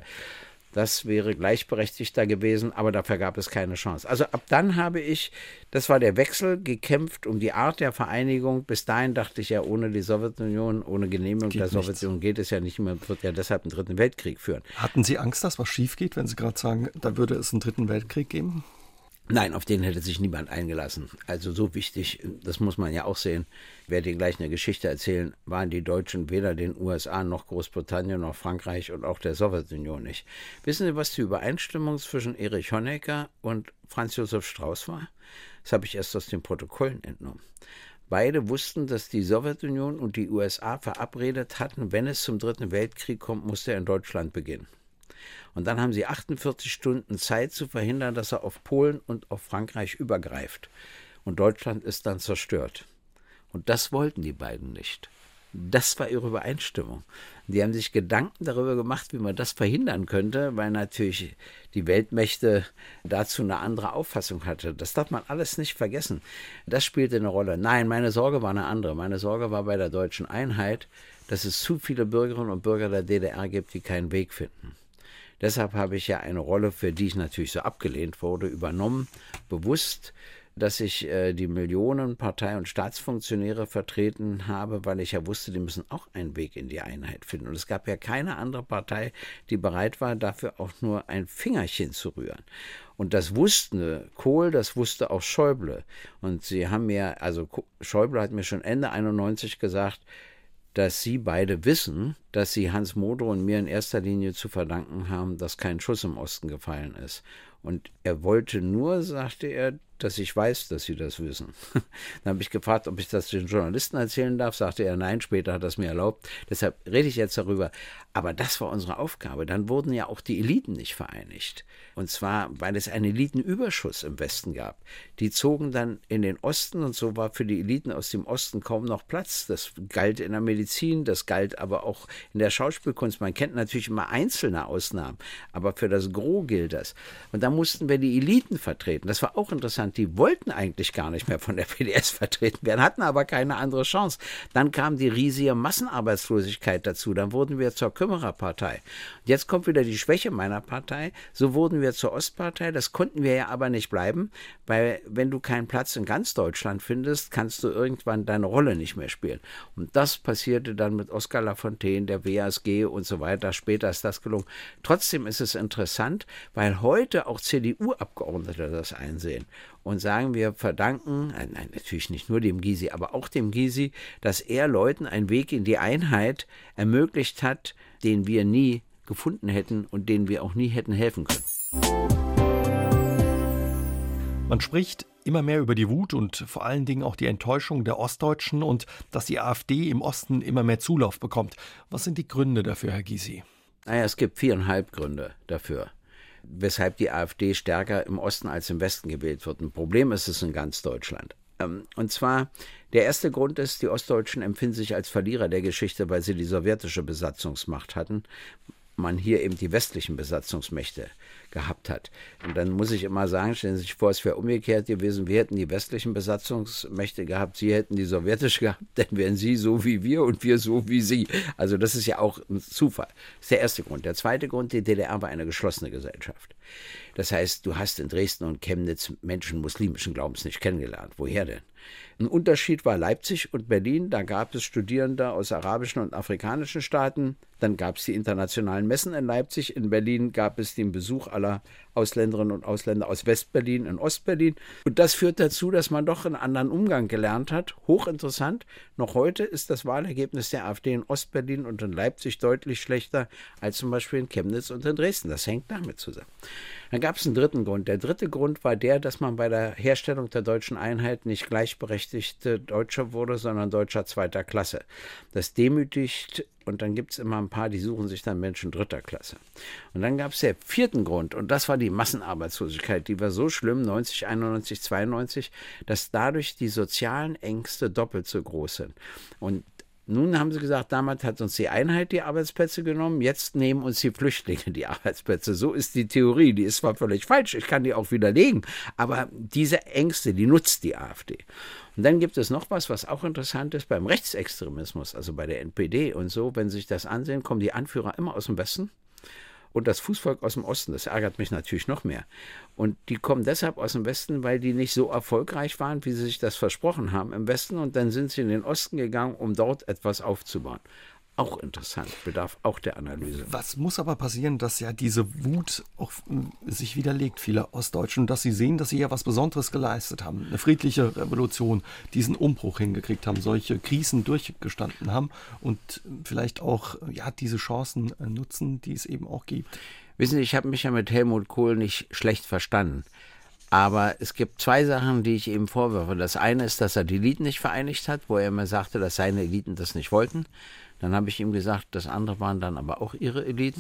Das wäre gleichberechtigter gewesen, aber dafür gab es keine Chance. Also ab dann habe ich, das war der Wechsel, gekämpft um die Art der Vereinigung. Bis dahin dachte ich ja, ohne die Sowjetunion, ohne Genehmigung geht der Sowjetunion geht es ja nicht mehr, wird ja deshalb einen dritten Weltkrieg führen. Hatten Sie Angst, dass was schief geht, wenn Sie gerade sagen, da würde es einen dritten Weltkrieg geben? Nein, auf den hätte sich niemand eingelassen. Also so wichtig, das muss man ja auch sehen. Ich werde Ihnen gleich eine Geschichte erzählen, waren die Deutschen weder den U S A noch Großbritannien noch Frankreich und auch der Sowjetunion nicht. Wissen Sie, was die Übereinstimmung zwischen Erich Honecker und Franz Josef Strauß war? Das habe ich erst aus den Protokollen entnommen. Beide wussten, dass die Sowjetunion und die U S A verabredet hatten, wenn es zum Dritten Weltkrieg kommt, muss er in Deutschland beginnen. Und dann haben sie achtundvierzig Stunden Zeit zu verhindern, dass er auf Polen und auf Frankreich übergreift. Und Deutschland ist dann zerstört. Und das wollten die beiden nicht. Das war ihre Übereinstimmung. Die haben sich Gedanken darüber gemacht, wie man das verhindern könnte, weil natürlich die Weltmächte dazu eine andere Auffassung hatte. Das darf man alles nicht vergessen. Das spielte eine Rolle. Nein, meine Sorge war eine andere. Meine Sorge war bei der deutschen Einheit, dass es zu viele Bürgerinnen und Bürger der D D R gibt, die keinen Weg finden. Deshalb habe ich ja eine Rolle, für die ich natürlich so abgelehnt wurde, übernommen, bewusst, dass ich äh, die Millionen Partei- und Staatsfunktionäre vertreten habe, weil ich ja wusste, die müssen auch einen Weg in die Einheit finden. Und es gab ja keine andere Partei, die bereit war, dafür auch nur ein Fingerchen zu rühren. Und das wusste Kohl, das wusste auch Schäuble. Und sie haben mir, also Schäuble hat mir schon Ende einundneunzig gesagt, dass sie beide wissen, dass sie Hans Modrow und mir in erster Linie zu verdanken haben, dass kein Schuss im Osten gefallen ist. Und er wollte nur, sagte er, dass ich weiß, dass sie das wissen. Dann habe ich gefragt, ob ich das den Journalisten erzählen darf. Sagte er, nein, später hat er es mir erlaubt. Deshalb rede ich jetzt darüber. Aber das war unsere Aufgabe. Dann wurden ja auch die Eliten nicht vereinigt. Und zwar, weil es einen Elitenüberschuss im Westen gab. Die zogen dann in den Osten und so war für die Eliten aus dem Osten kaum noch Platz. Das galt in der Medizin, das galt aber auch in der Schauspielkunst. Man kennt natürlich immer einzelne Ausnahmen, aber für das Gros gilt das. Und da mussten wir die Eliten vertreten. Das war auch interessant. Die wollten eigentlich gar nicht mehr von der P D S vertreten werden, hatten aber keine andere Chance. Dann kam die riesige Massenarbeitslosigkeit dazu. Dann wurden wir zur Kümmererpartei. Jetzt kommt wieder die Schwäche meiner Partei. So wurden wir zur Ostpartei. Das konnten wir ja aber nicht bleiben, weil wenn du keinen Platz in ganz Deutschland findest, kannst du irgendwann deine Rolle nicht mehr spielen. Und das passierte dann mit Oskar Lafontaine, der W A S G und so weiter. Später ist das gelungen. Trotzdem ist es interessant, weil heute auch C D U-Abgeordnete das einsehen und sagen, wir verdanken, nein, natürlich nicht nur dem Gysi, aber auch dem Gysi, dass er Leuten einen Weg in die Einheit ermöglicht hat, den wir nie gefunden hätten und denen wir auch nie hätten helfen können. Man spricht immer mehr über die Wut und vor allen Dingen auch die Enttäuschung der Ostdeutschen und dass die AfD im Osten immer mehr Zulauf bekommt. Was sind die Gründe dafür, Herr Gysi? Naja, es gibt viereinhalb Gründe dafür, weshalb die AfD stärker im Osten als im Westen gewählt wird. Ein Problem ist es in ganz Deutschland. Und zwar, der erste Grund ist, die Ostdeutschen empfinden sich als Verlierer der Geschichte, weil sie die sowjetische Besatzungsmacht hatten, man hier eben die westlichen Besatzungsmächte gehabt hat. Und dann muss ich immer sagen, stellen Sie sich vor, es wäre umgekehrt gewesen, wir hätten die westlichen Besatzungsmächte gehabt, Sie hätten die sowjetische gehabt, dann wären Sie so wie wir und wir so wie Sie. Also das ist ja auch ein Zufall. Das ist der erste Grund. Der zweite Grund, die D D R war eine geschlossene Gesellschaft. Das heißt, du hast in Dresden und Chemnitz Menschen muslimischen Glaubens nicht kennengelernt. Woher denn? Ein Unterschied war Leipzig und Berlin. Da gab es Studierende aus arabischen und afrikanischen Staaten. Dann gab es die internationalen Messen in Leipzig. In Berlin gab es den Besuch aller Ausländerinnen und Ausländer aus Westberlin und Ostberlin. Und das führt dazu, dass man doch einen anderen Umgang gelernt hat. Hochinteressant. Noch heute ist das Wahlergebnis der AfD in Ostberlin und in Leipzig deutlich schlechter als zum Beispiel in Chemnitz und in Dresden. Das hängt damit zusammen. Dann gab es einen dritten Grund. Der dritte Grund war der, dass man bei der Herstellung der deutschen Einheit nicht gleichberechtigte Deutscher wurde, sondern Deutscher zweiter Klasse. Das demütigt, und dann gibt es immer ein paar, die suchen sich dann Menschen dritter Klasse. Und dann gab es den vierten Grund, und das war die Massenarbeitslosigkeit. Die war so schlimm, neunzig, einundneunzig, zweiundneunzig, dass dadurch die sozialen Ängste doppelt so groß sind. Und nun haben sie gesagt, damals hat uns die Einheit die Arbeitsplätze genommen, jetzt nehmen uns die Flüchtlinge die Arbeitsplätze. So ist die Theorie, die ist zwar völlig falsch, ich kann die auch widerlegen, aber diese Ängste, die nutzt die AfD. Und dann gibt es noch was, was auch interessant ist, beim Rechtsextremismus, also bei der N P D und so, wenn Sie sich das ansehen, kommen die Anführer immer aus dem Westen. Und das Fußvolk aus dem Osten, das ärgert mich natürlich noch mehr. Und die kommen deshalb aus dem Westen, weil die nicht so erfolgreich waren, wie sie sich das versprochen haben im Westen. Und dann sind sie in den Osten gegangen, um dort etwas aufzubauen. Auch interessant, bedarf auch der Analyse. Was muss aber passieren, dass ja diese Wut auch sich widerlegt, viele Ostdeutschen, dass sie sehen, dass sie ja was Besonderes geleistet haben, eine friedliche Revolution, diesen Umbruch hingekriegt haben, solche Krisen durchgestanden haben und vielleicht auch ja diese Chancen nutzen, die es eben auch gibt. Wissen Sie, ich habe mich ja mit Helmut Kohl nicht schlecht verstanden. Aber es gibt zwei Sachen, die ich ihm vorwürfe. Das eine ist, dass er die Eliten nicht vereinigt hat, wo er immer sagte, dass seine Eliten das nicht wollten. Dann habe ich ihm gesagt, das andere waren dann aber auch ihre Eliten.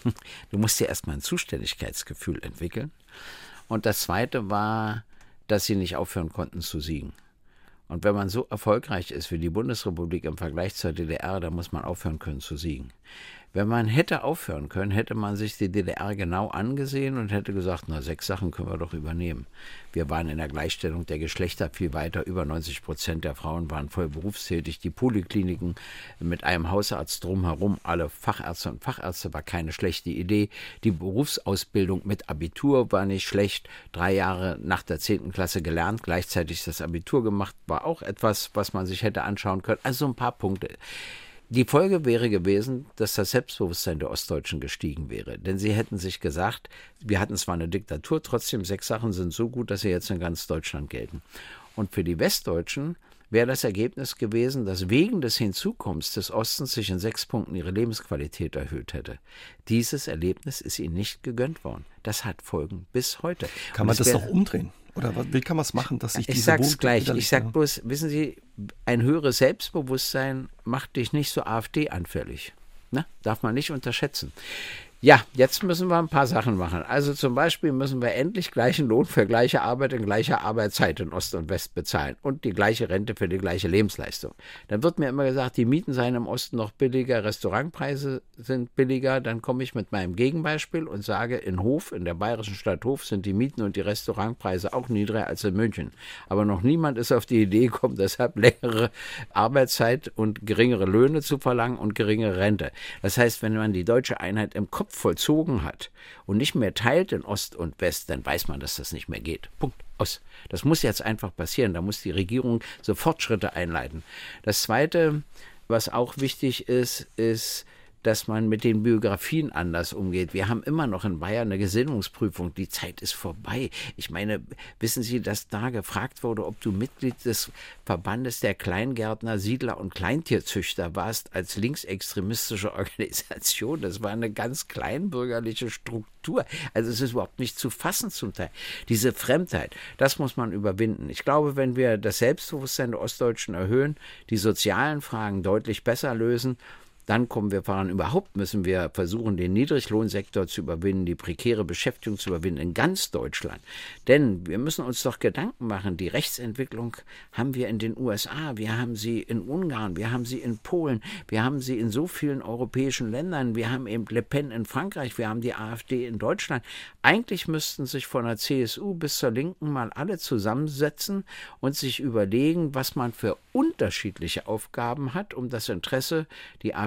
Du musst ja erstmal ein Zuständigkeitsgefühl entwickeln. Und das zweite war, dass sie nicht aufhören konnten zu siegen. Und wenn man so erfolgreich ist wie die Bundesrepublik im Vergleich zur D D R, dann muss man aufhören können zu siegen. Wenn man hätte aufhören können, hätte man sich die D D R genau angesehen und hätte gesagt, na, sechs Sachen können wir doch übernehmen. Wir waren in der Gleichstellung der Geschlechter viel weiter. Über neunzig Prozent der Frauen waren voll berufstätig. Die Polikliniken mit einem Hausarzt drumherum, alle Fachärzte und Fachärzte, war keine schlechte Idee. Die Berufsausbildung mit Abitur war nicht schlecht. Drei Jahre nach der zehnten Klasse gelernt, gleichzeitig das Abitur gemacht, war auch etwas, was man sich hätte anschauen können. Also ein paar Punkte. Die Folge wäre gewesen, dass das Selbstbewusstsein der Ostdeutschen gestiegen wäre. Denn sie hätten sich gesagt, wir hatten zwar eine Diktatur, trotzdem sechs Sachen sind so gut, dass sie jetzt in ganz Deutschland gelten. Und für die Westdeutschen wäre das Ergebnis gewesen, dass wegen des Hinzukommens des Ostens sich in sechs Punkten ihre Lebensqualität erhöht hätte. Dieses Erlebnis ist ihnen nicht gegönnt worden. Das hat Folgen bis heute. Kann man das noch umdrehen? Oder wie kann man es machen, dass sich diese Ich sag's Wut gleich. Ich sag ja. bloß, wissen Sie, ein höheres Selbstbewusstsein macht dich nicht so AfD-anfällig. Ne? Darf man nicht unterschätzen. Ja, jetzt müssen wir ein paar Sachen machen. Also zum Beispiel müssen wir endlich gleichen Lohn für gleiche Arbeit in gleicher Arbeitszeit in Ost und West bezahlen und die gleiche Rente für die gleiche Lebensleistung. Dann wird mir immer gesagt, die Mieten seien im Osten noch billiger, Restaurantpreise sind billiger. Dann komme ich mit meinem Gegenbeispiel und sage, in Hof, in der bayerischen Stadt Hof, sind die Mieten und die Restaurantpreise auch niedriger als in München. Aber noch niemand ist auf die Idee gekommen, deshalb längere Arbeitszeit und geringere Löhne zu verlangen und geringere Rente. Das heißt, wenn man die deutsche Einheit im Kopf vollzogen hat und nicht mehr teilt in Ost und West, dann weiß man, dass das nicht mehr geht. Punkt. Aus. Das muss jetzt einfach passieren. Da muss die Regierung sofort Schritte einleiten. Das Zweite, was auch wichtig ist, ist, dass man mit den Biografien anders umgeht. Wir haben immer noch in Bayern eine Gesinnungsprüfung. Die Zeit ist vorbei. Ich meine, wissen Sie, dass da gefragt wurde, ob du Mitglied des Verbandes der Kleingärtner, Siedler und Kleintierzüchter warst als linksextremistische Organisation. Das war eine ganz kleinbürgerliche Struktur. Also es ist überhaupt nicht zu fassen zum Teil. Diese Fremdheit, das muss man überwinden. Ich glaube, wenn wir das Selbstbewusstsein der Ostdeutschen erhöhen, die sozialen Fragen deutlich besser lösen, dann kommen wir voran. Überhaupt müssen wir versuchen, den Niedriglohnsektor zu überwinden, die prekäre Beschäftigung zu überwinden in ganz Deutschland. Denn wir müssen uns doch Gedanken machen, die Rechtsentwicklung haben wir in den U S A, wir haben sie in Ungarn, wir haben sie in Polen, wir haben sie in so vielen europäischen Ländern, wir haben eben Le Pen in Frankreich, wir haben die AfD in Deutschland. Eigentlich müssten sich von der C S U bis zur Linken mal alle zusammensetzen und sich überlegen, was man für unterschiedliche Aufgaben hat, um das Interesse, die AfD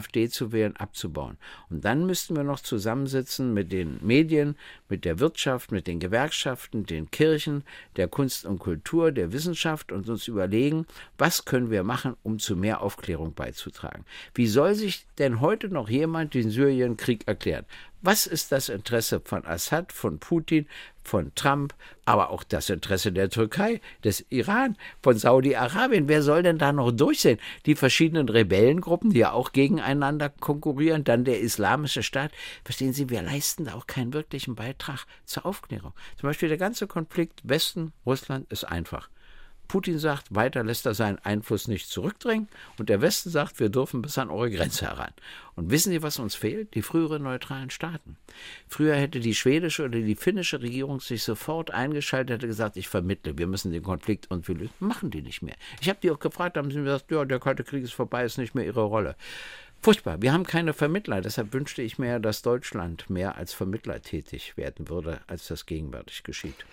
AfD zu wählen, abzubauen. Und dann müssten wir noch zusammensitzen mit den Medien, mit der Wirtschaft, mit den Gewerkschaften, den Kirchen, der Kunst und Kultur, der Wissenschaft und uns überlegen, was können wir machen, um zu mehr Aufklärung beizutragen. Wie soll sich denn heute noch jemand den Syrienkrieg erklären? Was ist das Interesse von Assad, von Putin, von Trump, aber auch das Interesse der Türkei, des Iran, von Saudi-Arabien? Wer soll denn da noch durchsehen? Die verschiedenen Rebellengruppen, die ja auch gegeneinander konkurrieren, dann der Islamische Staat. Verstehen Sie, wir leisten da auch keinen wirklichen Beitrag zur Aufklärung. Zum Beispiel der ganze Konflikt Westen-Russland ist einfach. Putin sagt, weiter lässt er seinen Einfluss nicht zurückdrängen und der Westen sagt, wir dürfen bis an eure Grenze heran. Und wissen Sie, was uns fehlt? Die früheren neutralen Staaten. Früher hätte die schwedische oder die finnische Regierung sich sofort eingeschaltet, hätte gesagt, ich vermittle, wir müssen den Konflikt irgendwie lösen. Machen die nicht mehr. Ich habe die auch gefragt, haben sie mir gesagt, ja, der Kalte Krieg ist vorbei, ist nicht mehr ihre Rolle. Furchtbar, wir haben keine Vermittler, deshalb wünschte ich mir, dass Deutschland mehr als Vermittler tätig werden würde, als das gegenwärtig geschieht.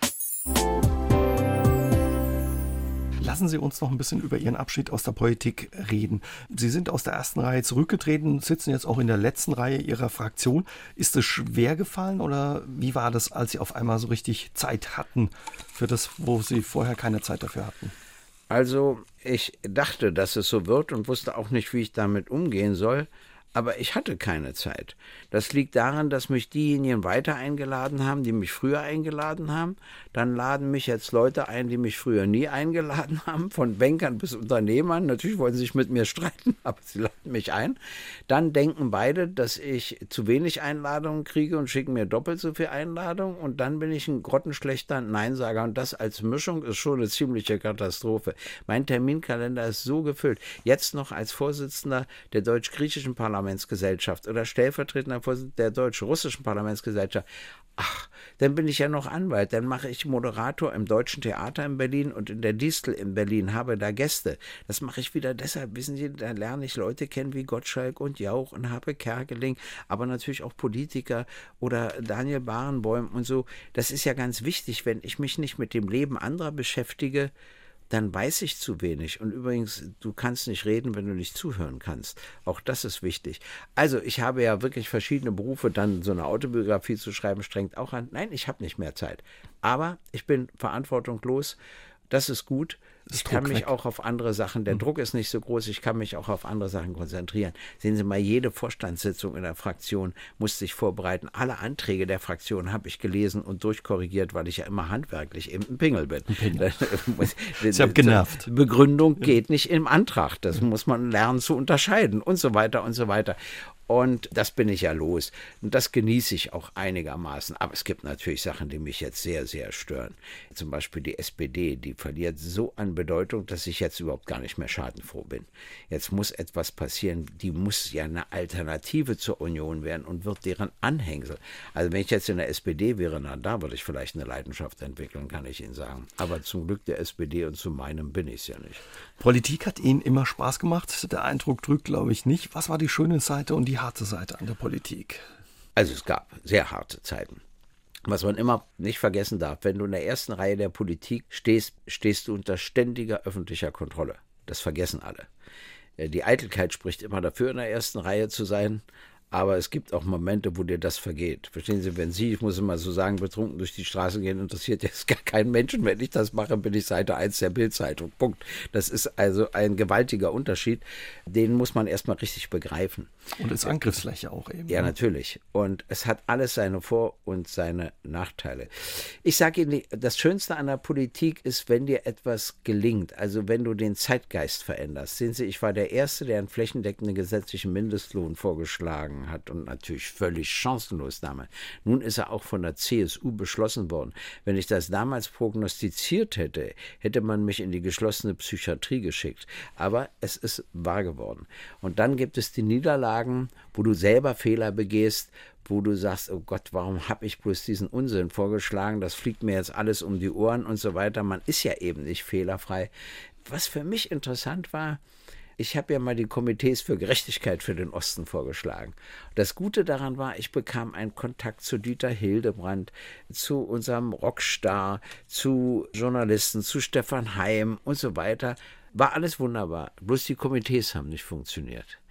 Lassen Sie uns noch ein bisschen über Ihren Abschied aus der Politik reden. Sie sind aus der ersten Reihe zurückgetreten, sitzen jetzt auch in der letzten Reihe Ihrer Fraktion. Ist es schwer gefallen oder wie war das, als Sie auf einmal so richtig Zeit hatten für das, wo Sie vorher keine Zeit dafür hatten? Also ich dachte, dass es so wird und wusste auch nicht, wie ich damit umgehen soll. Aber ich hatte keine Zeit. Das liegt daran, dass mich diejenigen weiter eingeladen haben, die mich früher eingeladen haben. Dann laden mich jetzt Leute ein, die mich früher nie eingeladen haben, von Bankern bis Unternehmern. Natürlich wollen sie sich mit mir streiten, aber sie laden mich ein. Dann denken beide, dass ich zu wenig Einladungen kriege und schicken mir doppelt so viel Einladungen. Und dann bin ich ein grottenschlechter Neinsager. Und das als Mischung ist schon eine ziemliche Katastrophe. Mein Terminkalender ist so gefüllt. Jetzt noch als Vorsitzender der deutsch-griechischen Parlamentsgesellschaft oder stellvertretender Vorsitzender der deutsch-russischen Parlamentsgesellschaft. Ach, dann bin ich ja noch Anwalt, dann mache ich Moderator im Deutschen Theater in Berlin und in der Distel in Berlin, habe da Gäste. Das mache ich wieder deshalb, wissen Sie, da lerne ich Leute kennen wie Gottschalk und Jauch und Happe Kerkeling, aber natürlich auch Politiker oder Daniel Barenboim und so. Das ist ja ganz wichtig, wenn ich mich nicht mit dem Leben anderer beschäftige, dann weiß ich zu wenig. Und übrigens, du kannst nicht reden, wenn du nicht zuhören kannst. Auch das ist wichtig. Also ich habe ja wirklich verschiedene Berufe, dann so eine Autobiografie zu schreiben, strengt auch an. Nein, ich habe nicht mehr Zeit. Aber ich bin verantwortungslos. Das ist gut. Ich kann mich auch auf andere Sachen, der Druck ist nicht so groß, ich kann mich auch auf andere Sachen konzentrieren. Sehen Sie mal, jede Vorstandssitzung in der Fraktion musste ich vorbereiten. Alle Anträge der Fraktion habe ich gelesen und durchkorrigiert, weil ich ja immer handwerklich eben ein Pingel bin. Ein Pingel. Ich habe genervt. Begründung geht nicht im Antrag. Das muss man lernen zu unterscheiden und so weiter und so weiter. Und das bin ich ja los. Und das genieße ich auch einigermaßen. Aber es gibt natürlich Sachen, die mich jetzt sehr, sehr stören. Zum Beispiel die S P D, die verliert so an Bedeutung, dass ich jetzt überhaupt gar nicht mehr schadenfroh bin. Jetzt muss etwas passieren. Die muss ja eine Alternative zur Union werden und wird deren Anhängsel. Also wenn ich jetzt in der S P D wäre, na, da würde ich vielleicht eine Leidenschaft entwickeln, kann ich Ihnen sagen. Aber zum Glück der S P D und zu meinem bin ich es ja nicht. Politik hat Ihnen immer Spaß gemacht. Der Eindruck drückt, glaube ich, nicht. Was war die schöne Seite und die harte Seite an der Politik? Also es gab sehr harte Zeiten. Was man immer nicht vergessen darf, wenn du in der ersten Reihe der Politik stehst, stehst du unter ständiger öffentlicher Kontrolle. Das vergessen alle. Die Eitelkeit spricht immer dafür, in der ersten Reihe zu sein. Aber es gibt auch Momente, wo dir das vergeht. Verstehen Sie, wenn Sie, ich muss immer so sagen, betrunken durch die Straße gehen, interessiert jetzt gar keinen Menschen. Wenn ich das mache, bin ich Seite eins der Bild-Zeitung. Punkt. Das ist also ein gewaltiger Unterschied. Den muss man erstmal richtig begreifen. Und ist Angriffsfläche auch eben. Ja, natürlich. Und es hat alles seine Vor- und seine Nachteile. Ich sage Ihnen, das Schönste an der Politik ist, wenn dir etwas gelingt. Also wenn du den Zeitgeist veränderst. Sehen Sie, ich war der Erste, der einen flächendeckenden gesetzlichen Mindestlohn vorgeschlagen hat und natürlich völlig chancenlos damals. Nun ist er auch von der C S U beschlossen worden. Wenn ich das damals prognostiziert hätte, hätte man mich in die geschlossene Psychiatrie geschickt. Aber es ist wahr geworden. Und dann gibt es die Niederlagen, wo du selber Fehler begehst, wo du sagst, oh Gott, warum habe ich bloß diesen Unsinn vorgeschlagen? Das fliegt mir jetzt alles um die Ohren und so weiter. Man ist ja eben nicht fehlerfrei. Was für mich interessant war, ich habe ja mal die Komitees für Gerechtigkeit für den Osten vorgeschlagen. Das Gute daran war, ich bekam einen Kontakt zu Dieter Hildebrand, zu unserem Rockstar, zu Journalisten, zu Stefan Heim und so weiter. War alles wunderbar, bloß die Komitees haben nicht funktioniert.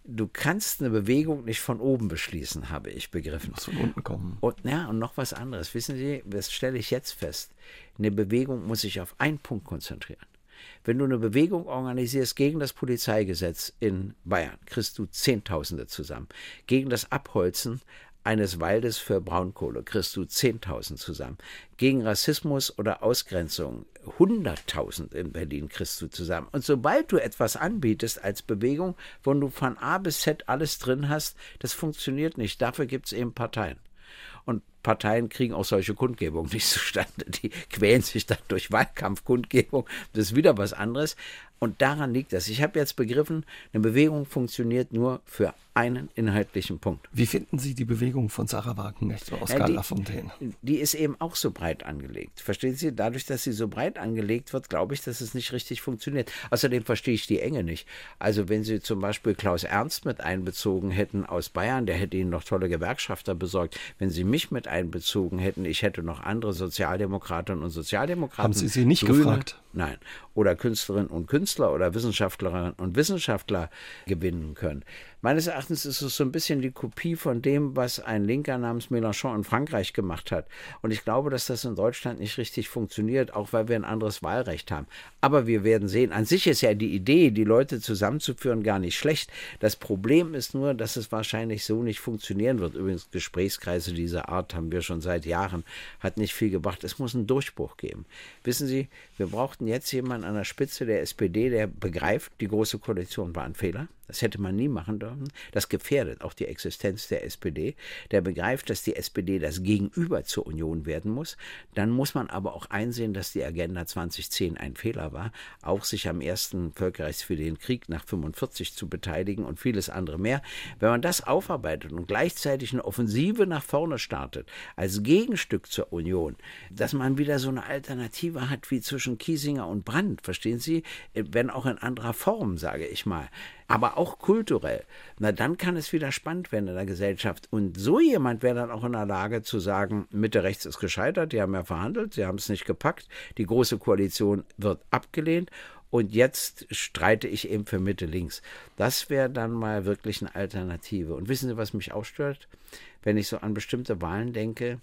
Du kannst eine Bewegung nicht von oben beschließen, habe ich begriffen. Muss von unten kommen. Und, ja, und noch was anderes. Wissen Sie, das stelle ich jetzt fest. Eine Bewegung muss sich auf einen Punkt konzentrieren. Wenn du eine Bewegung organisierst gegen das Polizeigesetz in Bayern, kriegst du Zehntausende zusammen. Gegen das Abholzen eines Waldes für Braunkohle kriegst du zehntausend zusammen. Gegen Rassismus oder Ausgrenzung hunderttausend in Berlin kriegst du zusammen. Und sobald du etwas anbietest als Bewegung, wo du von A bis Z alles drin hast, das funktioniert nicht. Dafür gibt es eben Parteien. Und Parteien kriegen auch solche Kundgebungen nicht zustande. Die quälen sich dann durch Wahlkampfkundgebung. Das ist wieder was anderes. Und daran liegt das. Ich habe jetzt begriffen, eine Bewegung funktioniert nur für einen inhaltlichen Punkt. Wie finden Sie die Bewegung von Sarah Wagenknecht oder Oskar ja, die, Lafontaine? Die ist eben auch so breit angelegt. Verstehen Sie? Dadurch, dass sie so breit angelegt wird, glaube ich, dass es nicht richtig funktioniert. Außerdem verstehe ich die Enge nicht. Also wenn Sie zum Beispiel Klaus Ernst mit einbezogen hätten aus Bayern, der hätte Ihnen noch tolle Gewerkschafter besorgt. Wenn Sie mich mit einbezogen hätten, ich hätte noch andere Sozialdemokratinnen und Sozialdemokraten. Haben Sie sie nicht Grüne, gefragt? Nein. Oder Künstlerinnen und Künstler oder Wissenschaftlerinnen und Wissenschaftler gewinnen können. Meines Erachtens ist es so ein bisschen die Kopie von dem, was ein Linker namens Mélenchon in Frankreich gemacht hat. Und ich glaube, dass das in Deutschland nicht richtig funktioniert, auch weil wir ein anderes Wahlrecht haben. Aber wir werden sehen. An sich ist ja die Idee, die Leute zusammenzuführen, gar nicht schlecht. Das Problem ist nur, dass es wahrscheinlich so nicht funktionieren wird. Übrigens, Gesprächskreise dieser Art haben wir schon seit Jahren, hat nicht viel gebracht. Es muss einen Durchbruch geben. Wissen Sie, wir brauchten jetzt jemanden an der Spitze der S P D, der begreift, die Große Koalition war ein Fehler. Das hätte man nie machen dürfen. Das gefährdet auch die Existenz der S P D. Der begreift, dass die S P D das Gegenüber zur Union werden muss. Dann muss man aber auch einsehen, dass die Agenda zwanzig zehn ein Fehler war, auch sich am ersten völkerrechtswidrigen Krieg nach fünfundvierzig zu beteiligen und vieles andere mehr. Wenn man das aufarbeitet und gleichzeitig eine Offensive nach vorne startet, als Gegenstück zur Union, dass man wieder so eine Alternative hat wie zwischen Kiesinger und Brandt, verstehen Sie? Wenn auch in anderer Form, sage ich mal. Aber auch kulturell. Na, dann kann es wieder spannend werden in der Gesellschaft. Und so jemand wäre dann auch in der Lage zu sagen, Mitte rechts ist gescheitert, die haben ja verhandelt, sie haben es nicht gepackt, die Große Koalition wird abgelehnt und jetzt streite ich eben für Mitte links. Das wäre dann mal wirklich eine Alternative. Und wissen Sie, was mich auch stört? Wenn ich so an bestimmte Wahlen denke,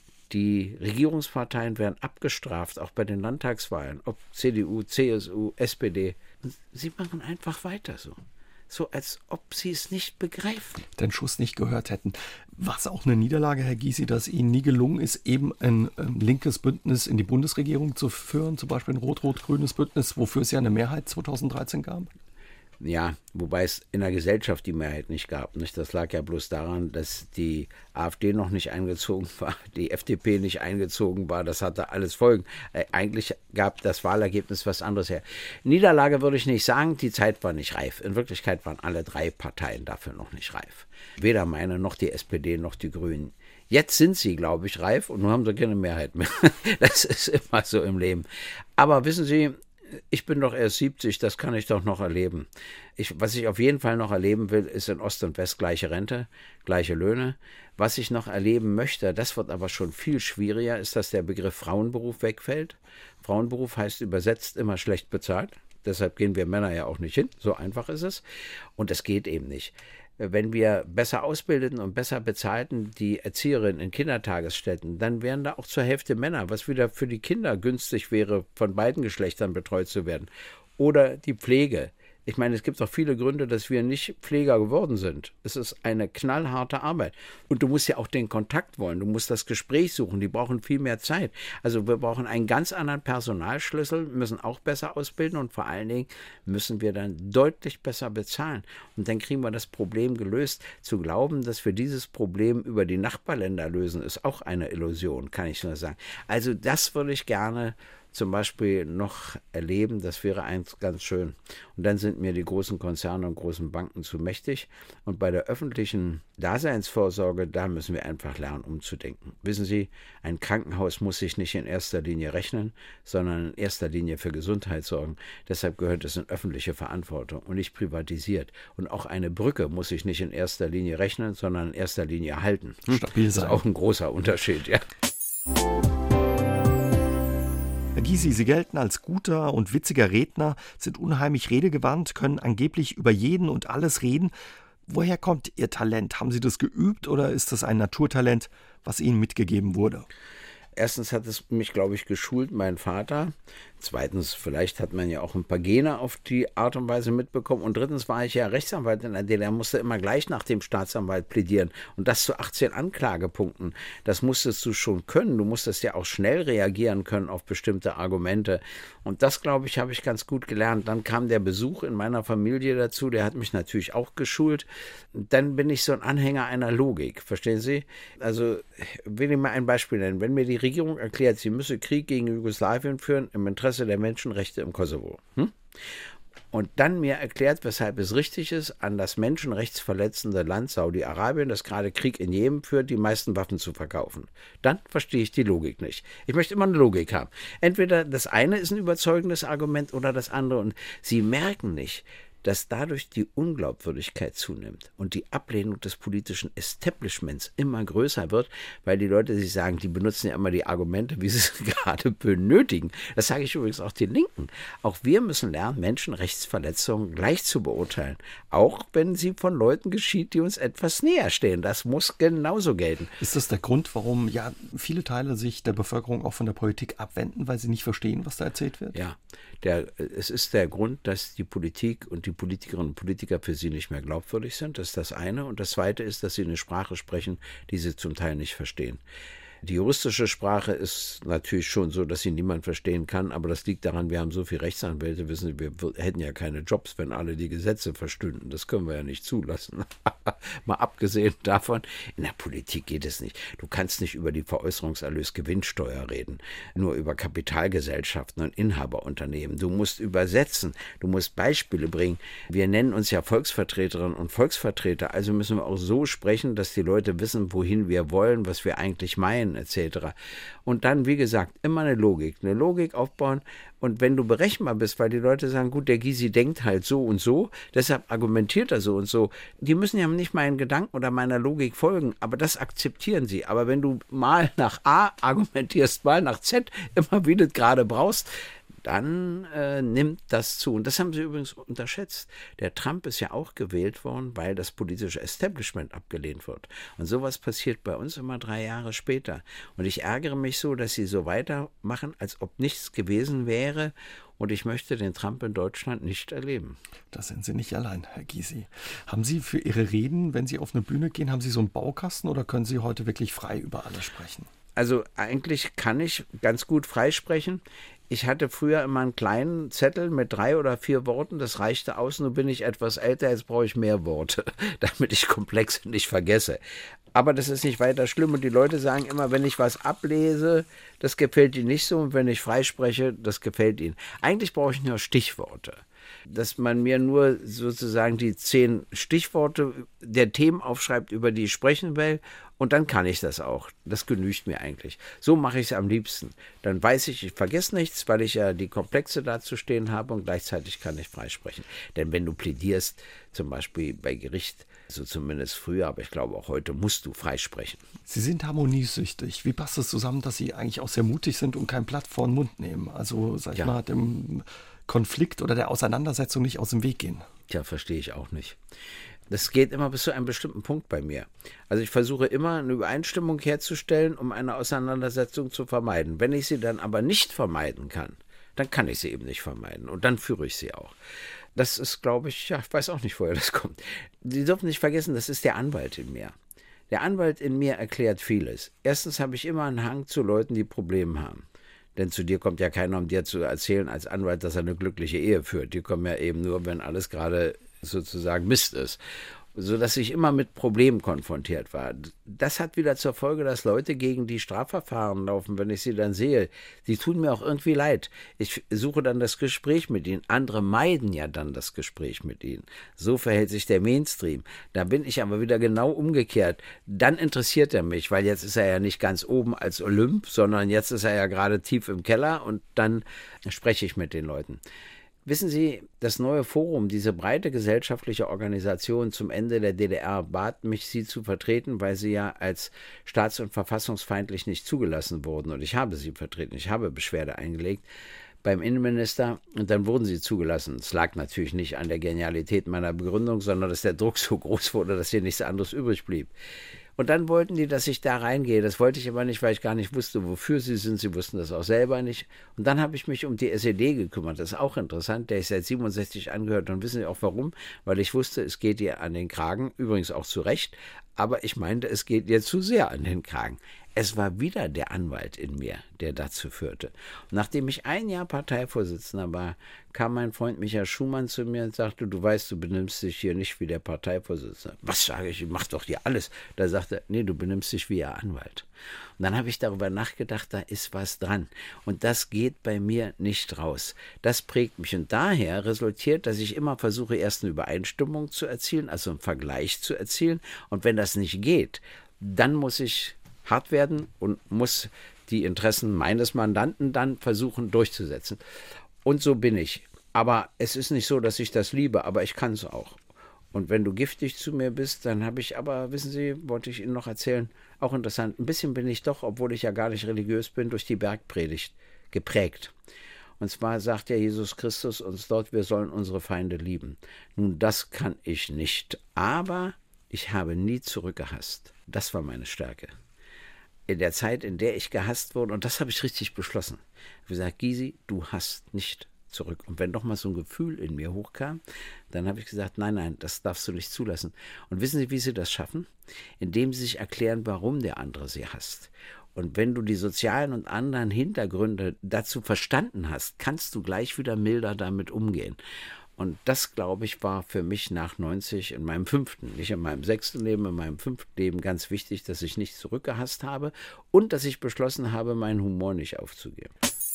die Regierungsparteien werden abgestraft, auch bei den Landtagswahlen, ob C D U, C S U, S P D. Sie machen einfach weiter so. So, als ob sie es nicht begreifen. Den Schuss nicht gehört hätten. War es auch eine Niederlage, Herr Gysi, dass Ihnen nie gelungen ist, eben ein ähm, linkes Bündnis in die Bundesregierung zu führen, zum Beispiel ein rot-rot-grünes Bündnis, wofür es ja eine Mehrheit zweitausenddreizehn gab? Ja, wobei es in der Gesellschaft die Mehrheit nicht gab. Nicht? Das lag ja bloß daran, dass die AfD noch nicht eingezogen war, die F D P nicht eingezogen war. Das hatte alles Folgen. Äh, eigentlich gab das Wahlergebnis was anderes her. Niederlage würde ich nicht sagen, die Zeit war nicht reif. In Wirklichkeit waren alle drei Parteien dafür noch nicht reif. Weder meine, noch die S P D, noch die Grünen. Jetzt sind sie, glaube ich, reif und nun haben sie keine Mehrheit mehr. Das ist immer so im Leben. Aber wissen Sie, ich bin doch erst siebzig, das kann ich doch noch erleben. Ich, was ich auf jeden Fall noch erleben will, ist in Ost und West gleiche Rente, gleiche Löhne. Was ich noch erleben möchte, das wird aber schon viel schwieriger, ist, dass der Begriff Frauenberuf wegfällt. Frauenberuf heißt übersetzt immer schlecht bezahlt. Deshalb gehen wir Männer ja auch nicht hin. So einfach ist es. Und es geht eben nicht. Wenn wir besser ausbildeten und besser bezahlten die Erzieherinnen in Kindertagesstätten, dann wären da auch zur Hälfte Männer, was wieder für die Kinder günstig wäre, von beiden Geschlechtern betreut zu werden. Oder die Pflege. Ich meine, es gibt auch viele Gründe, dass wir nicht Pfleger geworden sind. Es ist eine knallharte Arbeit. Und du musst ja auch den Kontakt wollen. Du musst das Gespräch suchen. Die brauchen viel mehr Zeit. Also wir brauchen einen ganz anderen Personalschlüssel, müssen auch besser ausbilden und vor allen Dingen müssen wir dann deutlich besser bezahlen. Und dann kriegen wir das Problem gelöst. Zu glauben, dass wir dieses Problem über die Nachbarländer lösen, ist auch eine Illusion, kann ich nur sagen. Also das würde ich gerne zum Beispiel noch erleben, das wäre eins ganz schön. Und dann sind mir die großen Konzerne und großen Banken zu mächtig. Und bei der öffentlichen Daseinsvorsorge, da müssen wir einfach lernen, umzudenken. Wissen Sie, ein Krankenhaus muss sich nicht in erster Linie rechnen, sondern in erster Linie für Gesundheit sorgen. Deshalb gehört es in öffentliche Verantwortung und nicht privatisiert. Und auch eine Brücke muss sich nicht in erster Linie rechnen, sondern in erster Linie halten. Hm? Stabil sein. Das ist auch ein großer Unterschied, ja. Herr Gysi, Sie gelten als guter und witziger Redner, sind unheimlich redegewandt, können angeblich über jeden und alles reden. Woher kommt Ihr Talent? Haben Sie das geübt oder ist das ein Naturtalent, was Ihnen mitgegeben wurde? Erstens hat es mich, glaube ich, geschult, mein Vater. Zweitens, vielleicht hat man ja auch ein paar Gene auf die Art und Weise mitbekommen. Und drittens war ich ja Rechtsanwalt in der D D R, musste immer gleich nach dem Staatsanwalt plädieren. Und das zu achtzehn Anklagepunkten. Das musstest du schon können. Du musstest ja auch schnell reagieren können auf bestimmte Argumente. Und das, glaube ich, habe ich ganz gut gelernt. Dann kam der Besuch in meiner Familie dazu. Der hat mich natürlich auch geschult. Dann bin ich so ein Anhänger einer Logik. Verstehen Sie? Also, will ich mal ein Beispiel nennen. Wenn mir die Regierung erklärt, sie müsse Krieg gegen Jugoslawien führen im Interesse der Menschenrechte im Kosovo. Hm? Und dann mir erklärt, weshalb es richtig ist, an das menschenrechtsverletzende Land Saudi-Arabien, das gerade Krieg in Jemen führt, die meisten Waffen zu verkaufen. Dann verstehe ich die Logik nicht. Ich möchte immer eine Logik haben. Entweder das eine ist ein überzeugendes Argument oder das andere. Und Sie merken nicht, dass dadurch die Unglaubwürdigkeit zunimmt und die Ablehnung des politischen Establishments immer größer wird, weil die Leute sich sagen, die benutzen ja immer die Argumente, wie sie es gerade benötigen. Das sage ich übrigens auch den Linken. Auch wir müssen lernen, Menschenrechtsverletzungen gleich zu beurteilen, auch wenn sie von Leuten geschieht, die uns etwas näher stehen. Das muss genauso gelten. Ist das der Grund, warum ja viele Teile sich der Bevölkerung auch von der Politik abwenden, weil sie nicht verstehen, was da erzählt wird? Ja, der, es ist der Grund, dass die Politik und die Politikerinnen und Politiker für sie nicht mehr glaubwürdig sind. Das ist das eine. Und das zweite ist, dass sie eine Sprache sprechen, die sie zum Teil nicht verstehen. Die juristische Sprache ist natürlich schon so, dass sie niemand verstehen kann, aber das liegt daran, wir haben so viele Rechtsanwälte, wissen Sie, wir hätten ja keine Jobs, wenn alle die Gesetze verstünden. Das können wir ja nicht zulassen. Mal abgesehen davon, in der Politik geht es nicht. Du kannst nicht über die Veräußerungserlös-Gewinnsteuer reden, nur über Kapitalgesellschaften und Inhaberunternehmen. Du musst übersetzen, du musst Beispiele bringen. Wir nennen uns ja Volksvertreterinnen und Volksvertreter, also müssen wir auch so sprechen, dass die Leute wissen, wohin wir wollen, was wir eigentlich meinen, et cetera. Und dann, wie gesagt, immer eine Logik. Eine Logik aufbauen. Und wenn du berechenbar bist, weil die Leute sagen, gut, der Gysi denkt halt so und so, deshalb argumentiert er so und so. Die müssen ja nicht meinen Gedanken oder meiner Logik folgen, aber das akzeptieren sie. Aber wenn du mal nach A argumentierst, mal nach Z, immer wie du es gerade brauchst, dann äh, nimmt das zu. Und das haben sie übrigens unterschätzt. Der Trump ist ja auch gewählt worden, weil das politische Establishment abgelehnt wird. Und sowas passiert bei uns immer drei Jahre später. Und ich ärgere mich so, dass sie so weitermachen, als ob nichts gewesen wäre. Und ich möchte den Trump in Deutschland nicht erleben. Da sind Sie nicht allein, Herr Gysi. Haben Sie für Ihre Reden, wenn Sie auf eine Bühne gehen, haben Sie so einen Baukasten oder können Sie heute wirklich frei über alles sprechen? Also eigentlich kann ich ganz gut freisprechen. Ich hatte früher immer einen kleinen Zettel mit drei oder vier Worten, das reichte aus. Nun bin ich etwas älter, jetzt brauche ich mehr Worte, damit ich Komplexe nicht vergesse. Aber das ist nicht weiter schlimm und die Leute sagen immer, wenn ich was ablese, das gefällt ihnen nicht so und wenn ich freispreche, das gefällt ihnen. Eigentlich brauche ich nur Stichworte. Dass man mir nur sozusagen die zehn Stichworte der Themen aufschreibt, über die ich sprechen will, und dann kann ich das auch. Das genügt mir eigentlich. So mache ich es am liebsten. Dann weiß ich, ich vergesse nichts, weil ich ja die Komplexe dazu stehen habe und gleichzeitig kann ich freisprechen. Denn wenn du plädierst, zum Beispiel bei Gericht, so zumindest früher, aber ich glaube auch heute, musst du freisprechen. Sie sind harmoniesüchtig. Wie passt es zusammen, dass Sie eigentlich auch sehr mutig sind und kein Blatt vor den Mund nehmen? Also, sag ich Ja. mal, dem Konflikt oder der Auseinandersetzung nicht aus dem Weg gehen? Tja, verstehe ich auch nicht. Das geht immer bis zu einem bestimmten Punkt bei mir. Also ich versuche immer eine Übereinstimmung herzustellen, um eine Auseinandersetzung zu vermeiden. Wenn ich sie dann aber nicht vermeiden kann, dann kann ich sie eben nicht vermeiden und dann führe ich sie auch. Das ist, glaube ich, ja, ich weiß auch nicht, woher das kommt. Sie dürfen nicht vergessen, das ist der Anwalt in mir. Der Anwalt in mir erklärt vieles. Erstens habe ich immer einen Hang zu Leuten, die Probleme haben. Denn zu dir kommt ja keiner, um dir zu erzählen als Anwalt, dass er eine glückliche Ehe führt. Die kommen ja eben nur, wenn alles gerade sozusagen Mist ist. Sodass ich immer mit Problemen konfrontiert war. Das hat wieder zur Folge, dass Leute gegen die Strafverfahren laufen, wenn ich sie dann sehe. Die tun mir auch irgendwie leid. Ich suche dann das Gespräch mit ihnen. Andere meiden ja dann das Gespräch mit ihnen. So verhält sich der Mainstream. Da bin ich aber wieder genau umgekehrt. Dann interessiert er mich, weil jetzt ist er ja nicht ganz oben als Olymp, sondern jetzt ist er ja gerade tief im Keller und dann spreche ich mit den Leuten. Wissen Sie, das neue Forum, diese breite gesellschaftliche Organisation zum Ende der D D R, bat mich, sie zu vertreten, weil sie ja als staats- und verfassungsfeindlich nicht zugelassen wurden. Und ich habe sie vertreten, ich habe Beschwerde eingelegt. beim Innenminister und dann wurden sie zugelassen. Es lag natürlich nicht an der Genialität meiner Begründung, sondern dass der Druck so groß wurde, dass hier nichts anderes übrig blieb. Und dann wollten die, dass ich da reingehe. Das wollte ich aber nicht, weil ich gar nicht wusste, wofür sie sind. Sie wussten das auch selber nicht. Und dann habe ich mich um die S E D gekümmert. Das ist auch interessant. Der ist seit siebenundsechzig angehört. Und wissen Sie auch warum? Weil ich wusste, es geht ihr an den Kragen. Übrigens auch zu Recht. Aber ich meinte, es geht ihr zu sehr an den Kragen. Es war wieder der Anwalt in mir, der dazu führte. Und nachdem ich ein Jahr Parteivorsitzender war, kam mein Freund Michael Schumann zu mir und sagte, du weißt, du benimmst dich hier nicht wie der Parteivorsitzende. Was sage ich? Ich mache doch hier alles. Da sagte er, nee, du benimmst dich wie Ihr Anwalt. Und dann habe ich darüber nachgedacht, da ist was dran. Und das geht bei mir nicht raus. Das prägt mich. Und daher resultiert, dass ich immer versuche, erst eine Übereinstimmung zu erzielen, also einen Vergleich zu erzielen. Und wenn das nicht geht, dann muss ich hart werden und muss die Interessen meines Mandanten dann versuchen durchzusetzen. Und so bin ich. Aber es ist nicht so, dass ich das liebe, aber ich kann es auch. Und wenn du giftig zu mir bist, dann habe ich aber, wissen Sie, wollte ich Ihnen noch erzählen, auch interessant, ein bisschen bin ich doch, obwohl ich ja gar nicht religiös bin, durch die Bergpredigt geprägt. Und zwar sagt ja Jesus Christus uns dort, wir sollen unsere Feinde lieben. Nun, das kann ich nicht, aber ich habe nie zurückgehasst. Das war meine Stärke. In der Zeit, in der ich gehasst wurde, und das habe ich richtig beschlossen, ich habe gesagt, Gysi, du hasst nicht zurück. Und wenn doch mal so ein Gefühl in mir hochkam, dann habe ich gesagt, nein, nein, das darfst du nicht zulassen. Und wissen Sie, wie Sie das schaffen? Indem Sie sich erklären, warum der andere Sie hasst. Und wenn du die sozialen und anderen Hintergründe dazu verstanden hast, kannst du gleich wieder milder damit umgehen. Und das, glaube ich, war für mich nach neunzig in meinem fünften, nicht in meinem sechsten Leben, in meinem fünften Leben ganz wichtig, dass ich nicht zurückgehasst habe und dass ich beschlossen habe, meinen Humor nicht aufzugeben.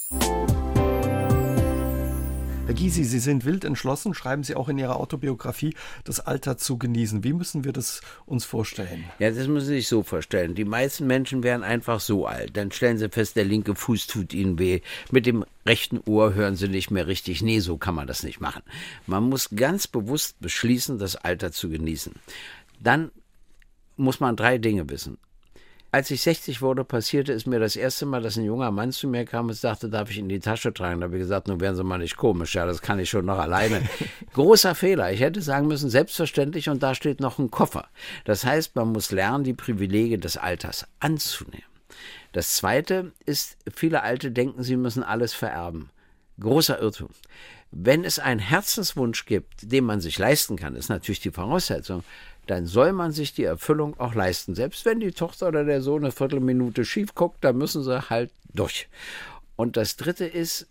Herr Gysi, Sie sind wild entschlossen, schreiben Sie auch in Ihrer Autobiografie, das Alter zu genießen. Wie müssen wir das uns vorstellen? Ja, das müssen Sie sich so vorstellen. Die meisten Menschen werden einfach so alt. Dann stellen Sie fest, der linke Fuß tut Ihnen weh. Mit dem rechten Ohr hören Sie nicht mehr richtig. Nee, so kann man das nicht machen. Man muss ganz bewusst beschließen, das Alter zu genießen. Dann muss man drei Dinge wissen. Als ich sechzig wurde, passierte es mir das erste Mal, dass ein junger Mann zu mir kam und sagte, darf ich in die Tasche tragen? Da habe ich gesagt, nun werden Sie mal nicht komisch, ja, das kann ich schon noch alleine. Großer Fehler. Ich hätte sagen müssen, selbstverständlich, und da steht noch ein Koffer. Das heißt, man muss lernen, die Privilegien des Alters anzunehmen. Das Zweite ist, viele Alte denken, sie müssen alles vererben. Großer Irrtum. Wenn es einen Herzenswunsch gibt, den man sich leisten kann, ist natürlich die Voraussetzung, dann soll man sich die Erfüllung auch leisten. Selbst wenn die Tochter oder der Sohn eine Viertelminute schief guckt, dann müssen sie halt durch. Und das Dritte ist,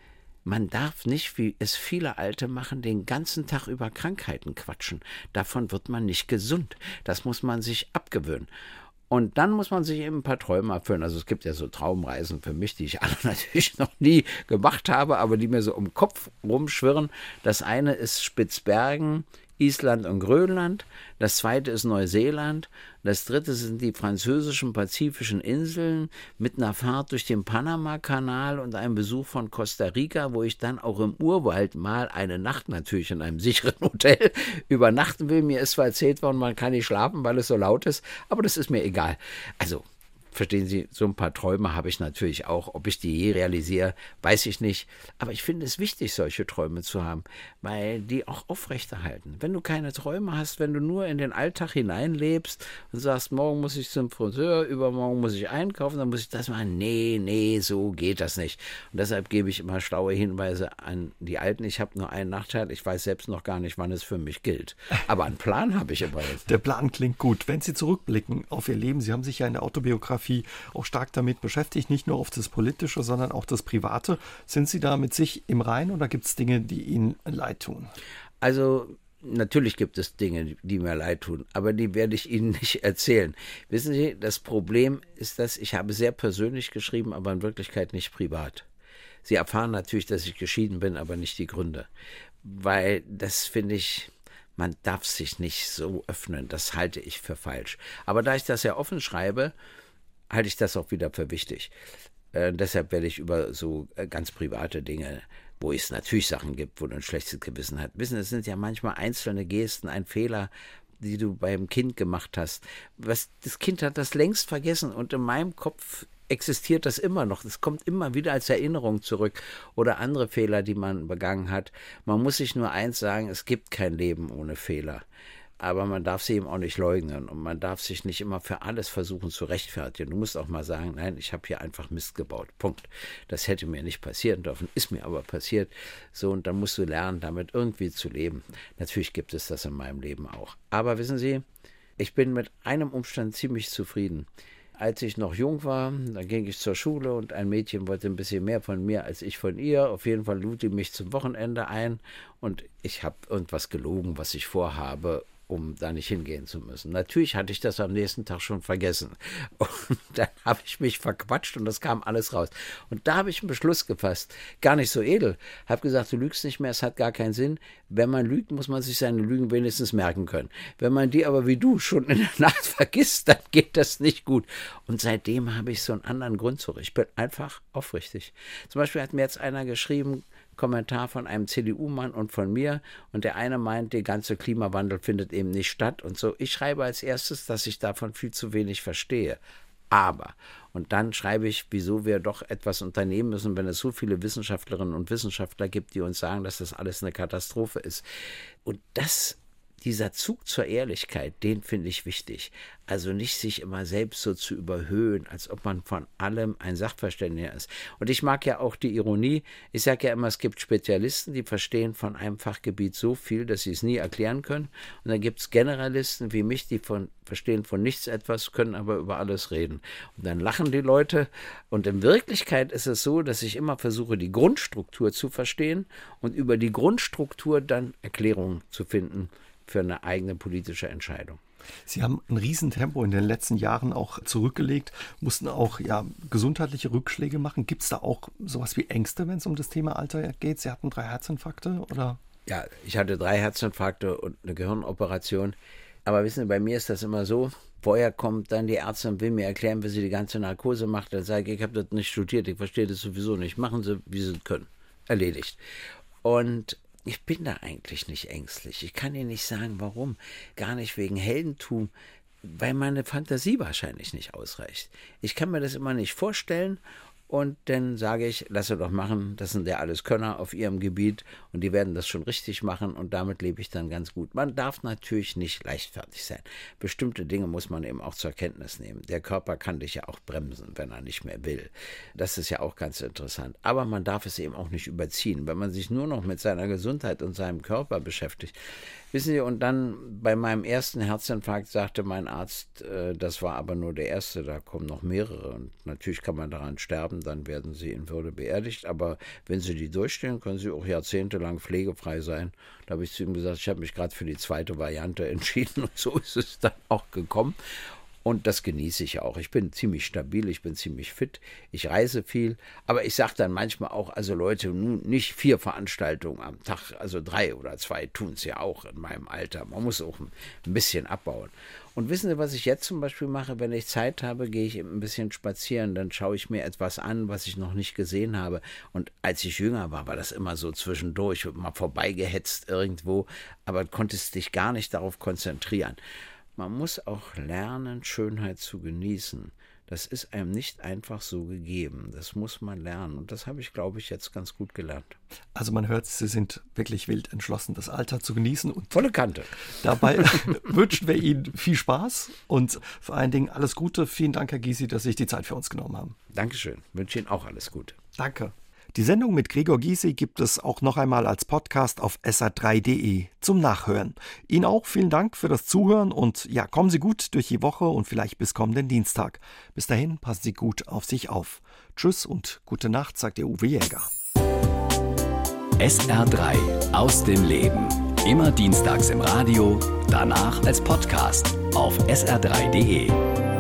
man darf nicht, wie es viele Alte machen, den ganzen Tag über Krankheiten quatschen. Davon wird man nicht gesund. Das muss man sich abgewöhnen. Und dann muss man sich eben ein paar Träume erfüllen. Also es gibt ja so Traumreisen für mich, die ich alle natürlich noch nie gemacht habe, aber die mir so um den Kopf rumschwirren. Das eine ist Spitzbergen, Island und Grönland, das zweite ist Neuseeland, das dritte sind die französischen pazifischen Inseln mit einer Fahrt durch den Panama-Kanal und einem Besuch von Costa Rica, wo ich dann auch im Urwald mal eine Nacht natürlich in einem sicheren Hotel übernachten will. Mir ist zwar erzählt worden, man kann nicht schlafen, weil es so laut ist, aber das ist mir egal. Also, verstehen Sie, so ein paar Träume habe ich natürlich auch. Ob ich die je realisiere, weiß ich nicht. Aber ich finde es wichtig, solche Träume zu haben, weil die auch aufrechterhalten. Wenn du keine Träume hast, wenn du nur in den Alltag hineinlebst und sagst, morgen muss ich zum Friseur, übermorgen muss ich einkaufen, dann muss ich das machen. Nee, nee, so geht das nicht. Und deshalb gebe ich immer schlaue Hinweise an die Alten. Ich habe nur einen Nachteil, ich weiß selbst noch gar nicht, wann es für mich gilt. Aber einen Plan habe ich immerhin. Der Plan klingt gut. Wenn Sie zurückblicken auf Ihr Leben, Sie haben sich ja in der Autobiografie auch stark damit beschäftigt, nicht nur auf das Politische, sondern auch das Private. Sind Sie da mit sich im Reinen oder gibt es Dinge, die Ihnen leid tun? Also natürlich gibt es Dinge, die mir leid tun, aber die werde ich Ihnen nicht erzählen. Wissen Sie, das Problem ist, dass ich habe sehr persönlich geschrieben, aber in Wirklichkeit nicht privat. Sie erfahren natürlich, dass ich geschieden bin, aber nicht die Gründe. Weil das finde ich... Man darf sich nicht so öffnen, das halte ich für falsch. Aber da ich das ja offen schreibe, halte ich das auch wieder für wichtig. Äh, deshalb werde ich über so äh, ganz private Dinge, wo es natürlich Sachen gibt, wo du ein schlechtes Gewissen hast. Wissen, es sind ja manchmal einzelne Gesten, ein Fehler, die du beim Kind gemacht hast. Was, das Kind hat das längst vergessen und in meinem Kopf existiert das immer noch. Es kommt immer wieder als Erinnerung zurück oder andere Fehler, die man begangen hat. Man muss sich nur eins sagen, es gibt kein Leben ohne Fehler. Aber man darf sie eben auch nicht leugnen und man darf sich nicht immer für alles versuchen zu rechtfertigen. Du musst auch mal sagen, nein, ich habe hier einfach Mist gebaut. Punkt. Das hätte mir nicht passieren dürfen, ist mir aber passiert. So, und dann musst du lernen, damit irgendwie zu leben. Natürlich gibt es das in meinem Leben auch. Aber wissen Sie, ich bin mit einem Umstand ziemlich zufrieden. Als ich noch jung war, da ging ich zur Schule und ein Mädchen wollte ein bisschen mehr von mir als ich von ihr. Auf jeden Fall lud die mich zum Wochenende ein und ich habe irgendwas gelogen, was ich vorhabe, um da nicht hingehen zu müssen. Natürlich hatte ich das am nächsten Tag schon vergessen. Und dann habe ich mich verquatscht und das kam alles raus. Und da habe ich einen Beschluss gefasst. Gar nicht so edel. Habe gesagt, du lügst nicht mehr, es hat gar keinen Sinn. Wenn man lügt, muss man sich seine Lügen wenigstens merken können. Wenn man die aber wie du schon in der Nacht vergisst, dann geht das nicht gut. Und seitdem habe ich so einen anderen Grund zurück. Ich bin einfach aufrichtig. Zum Beispiel hat mir jetzt einer geschrieben, Kommentar von einem C D U-Mann und von mir und der eine meint, der ganze Klimawandel findet eben nicht statt und so. Ich schreibe als erstes, dass ich davon viel zu wenig verstehe. Aber, und dann schreibe ich, wieso wir doch etwas unternehmen müssen, wenn es so viele Wissenschaftlerinnen und Wissenschaftler gibt, die uns sagen, dass das alles eine Katastrophe ist. Und das Dieser Zug zur Ehrlichkeit, den finde ich wichtig. Also nicht sich immer selbst so zu überhöhen, als ob man von allem ein Sachverständiger ist. Und ich mag ja auch die Ironie. Ich sage ja immer, es gibt Spezialisten, die verstehen von einem Fachgebiet so viel, dass sie es nie erklären können. Und dann gibt es Generalisten wie mich, die von, verstehen von nichts etwas, können aber über alles reden. Und dann lachen die Leute. Und in Wirklichkeit ist es so, dass ich immer versuche, die Grundstruktur zu verstehen und über die Grundstruktur dann Erklärungen zu finden für eine eigene politische Entscheidung. Sie haben ein Riesentempo in den letzten Jahren auch zurückgelegt, mussten auch ja, gesundheitliche Rückschläge machen. Gibt es da auch sowas wie Ängste, wenn es um das Thema Alter geht? Sie hatten drei Herzinfarkte, oder? Ja, ich hatte drei Herzinfarkte und eine Gehirnoperation. Aber wissen Sie, bei mir ist das immer so, vorher kommt dann die Ärztin und will mir erklären, wie sie die ganze Narkose macht. Dann sage ich, ich habe das nicht studiert, ich verstehe das sowieso nicht. Machen Sie, wie Sie können. Erledigt. Und ich bin da eigentlich nicht ängstlich. Ich kann Ihnen nicht sagen, warum. Gar nicht wegen Heldentum, weil meine Fantasie wahrscheinlich nicht ausreicht. Ich kann mir das immer nicht vorstellen und dann sage ich, lasse doch machen, das sind ja alles Könner auf ihrem Gebiet und die werden das schon richtig machen und damit lebe ich dann ganz gut. Man darf natürlich nicht leichtfertig sein. Bestimmte Dinge muss man eben auch zur Kenntnis nehmen. Der Körper kann dich ja auch bremsen, wenn er nicht mehr will. Das ist ja auch ganz interessant. Aber man darf es eben auch nicht überziehen. Wenn man sich nur noch mit seiner Gesundheit und seinem Körper beschäftigt, wissen Sie, und dann bei meinem ersten Herzinfarkt sagte mein Arzt, äh, das war aber nur der erste, da kommen noch mehrere. Und natürlich kann man daran sterben, dann werden Sie in Würde beerdigt. Aber wenn Sie die durchstehen, können Sie auch jahrzehntelang pflegefrei sein. Da habe ich zu ihm gesagt, ich habe mich gerade für die zweite Variante entschieden und so ist es dann auch gekommen. Und das genieße ich auch. Ich bin ziemlich stabil, ich bin ziemlich fit, ich reise viel. Aber ich sage dann manchmal auch, also Leute, nun nicht vier Veranstaltungen am Tag, also drei oder zwei tun es ja auch in meinem Alter. Man muss auch ein bisschen abbauen. Und wissen Sie, was ich jetzt zum Beispiel mache? Wenn ich Zeit habe, gehe ich ein bisschen spazieren. Dann schaue ich mir etwas an, was ich noch nicht gesehen habe. Und als ich jünger war, war das immer so zwischendurch, mal vorbeigehetzt irgendwo. Aber konntest dich gar nicht darauf konzentrieren. Man muss auch lernen, Schönheit zu genießen. Das ist einem nicht einfach so gegeben. Das muss man lernen. Und das habe ich, glaube ich, jetzt ganz gut gelernt. Also man hört, Sie sind wirklich wild entschlossen, das Alter zu genießen. Und volle Kante. Dabei wünschen wir Ihnen viel Spaß und vor allen Dingen alles Gute. Vielen Dank, Herr Gysi, dass Sie sich die Zeit für uns genommen haben. Dankeschön. Ich wünsche Ihnen auch alles Gute. Danke. Die Sendung mit Gregor Gysi gibt es auch noch einmal als Podcast auf S R drei Punkt de zum Nachhören. Ihnen auch vielen Dank für das Zuhören und ja, kommen Sie gut durch die Woche und vielleicht bis kommenden Dienstag. Bis dahin, passen Sie gut auf sich auf. Tschüss und gute Nacht, sagt der Uwe Jäger. S R drei aus dem Leben. Immer dienstags im Radio, danach als Podcast auf S R drei Punkt de.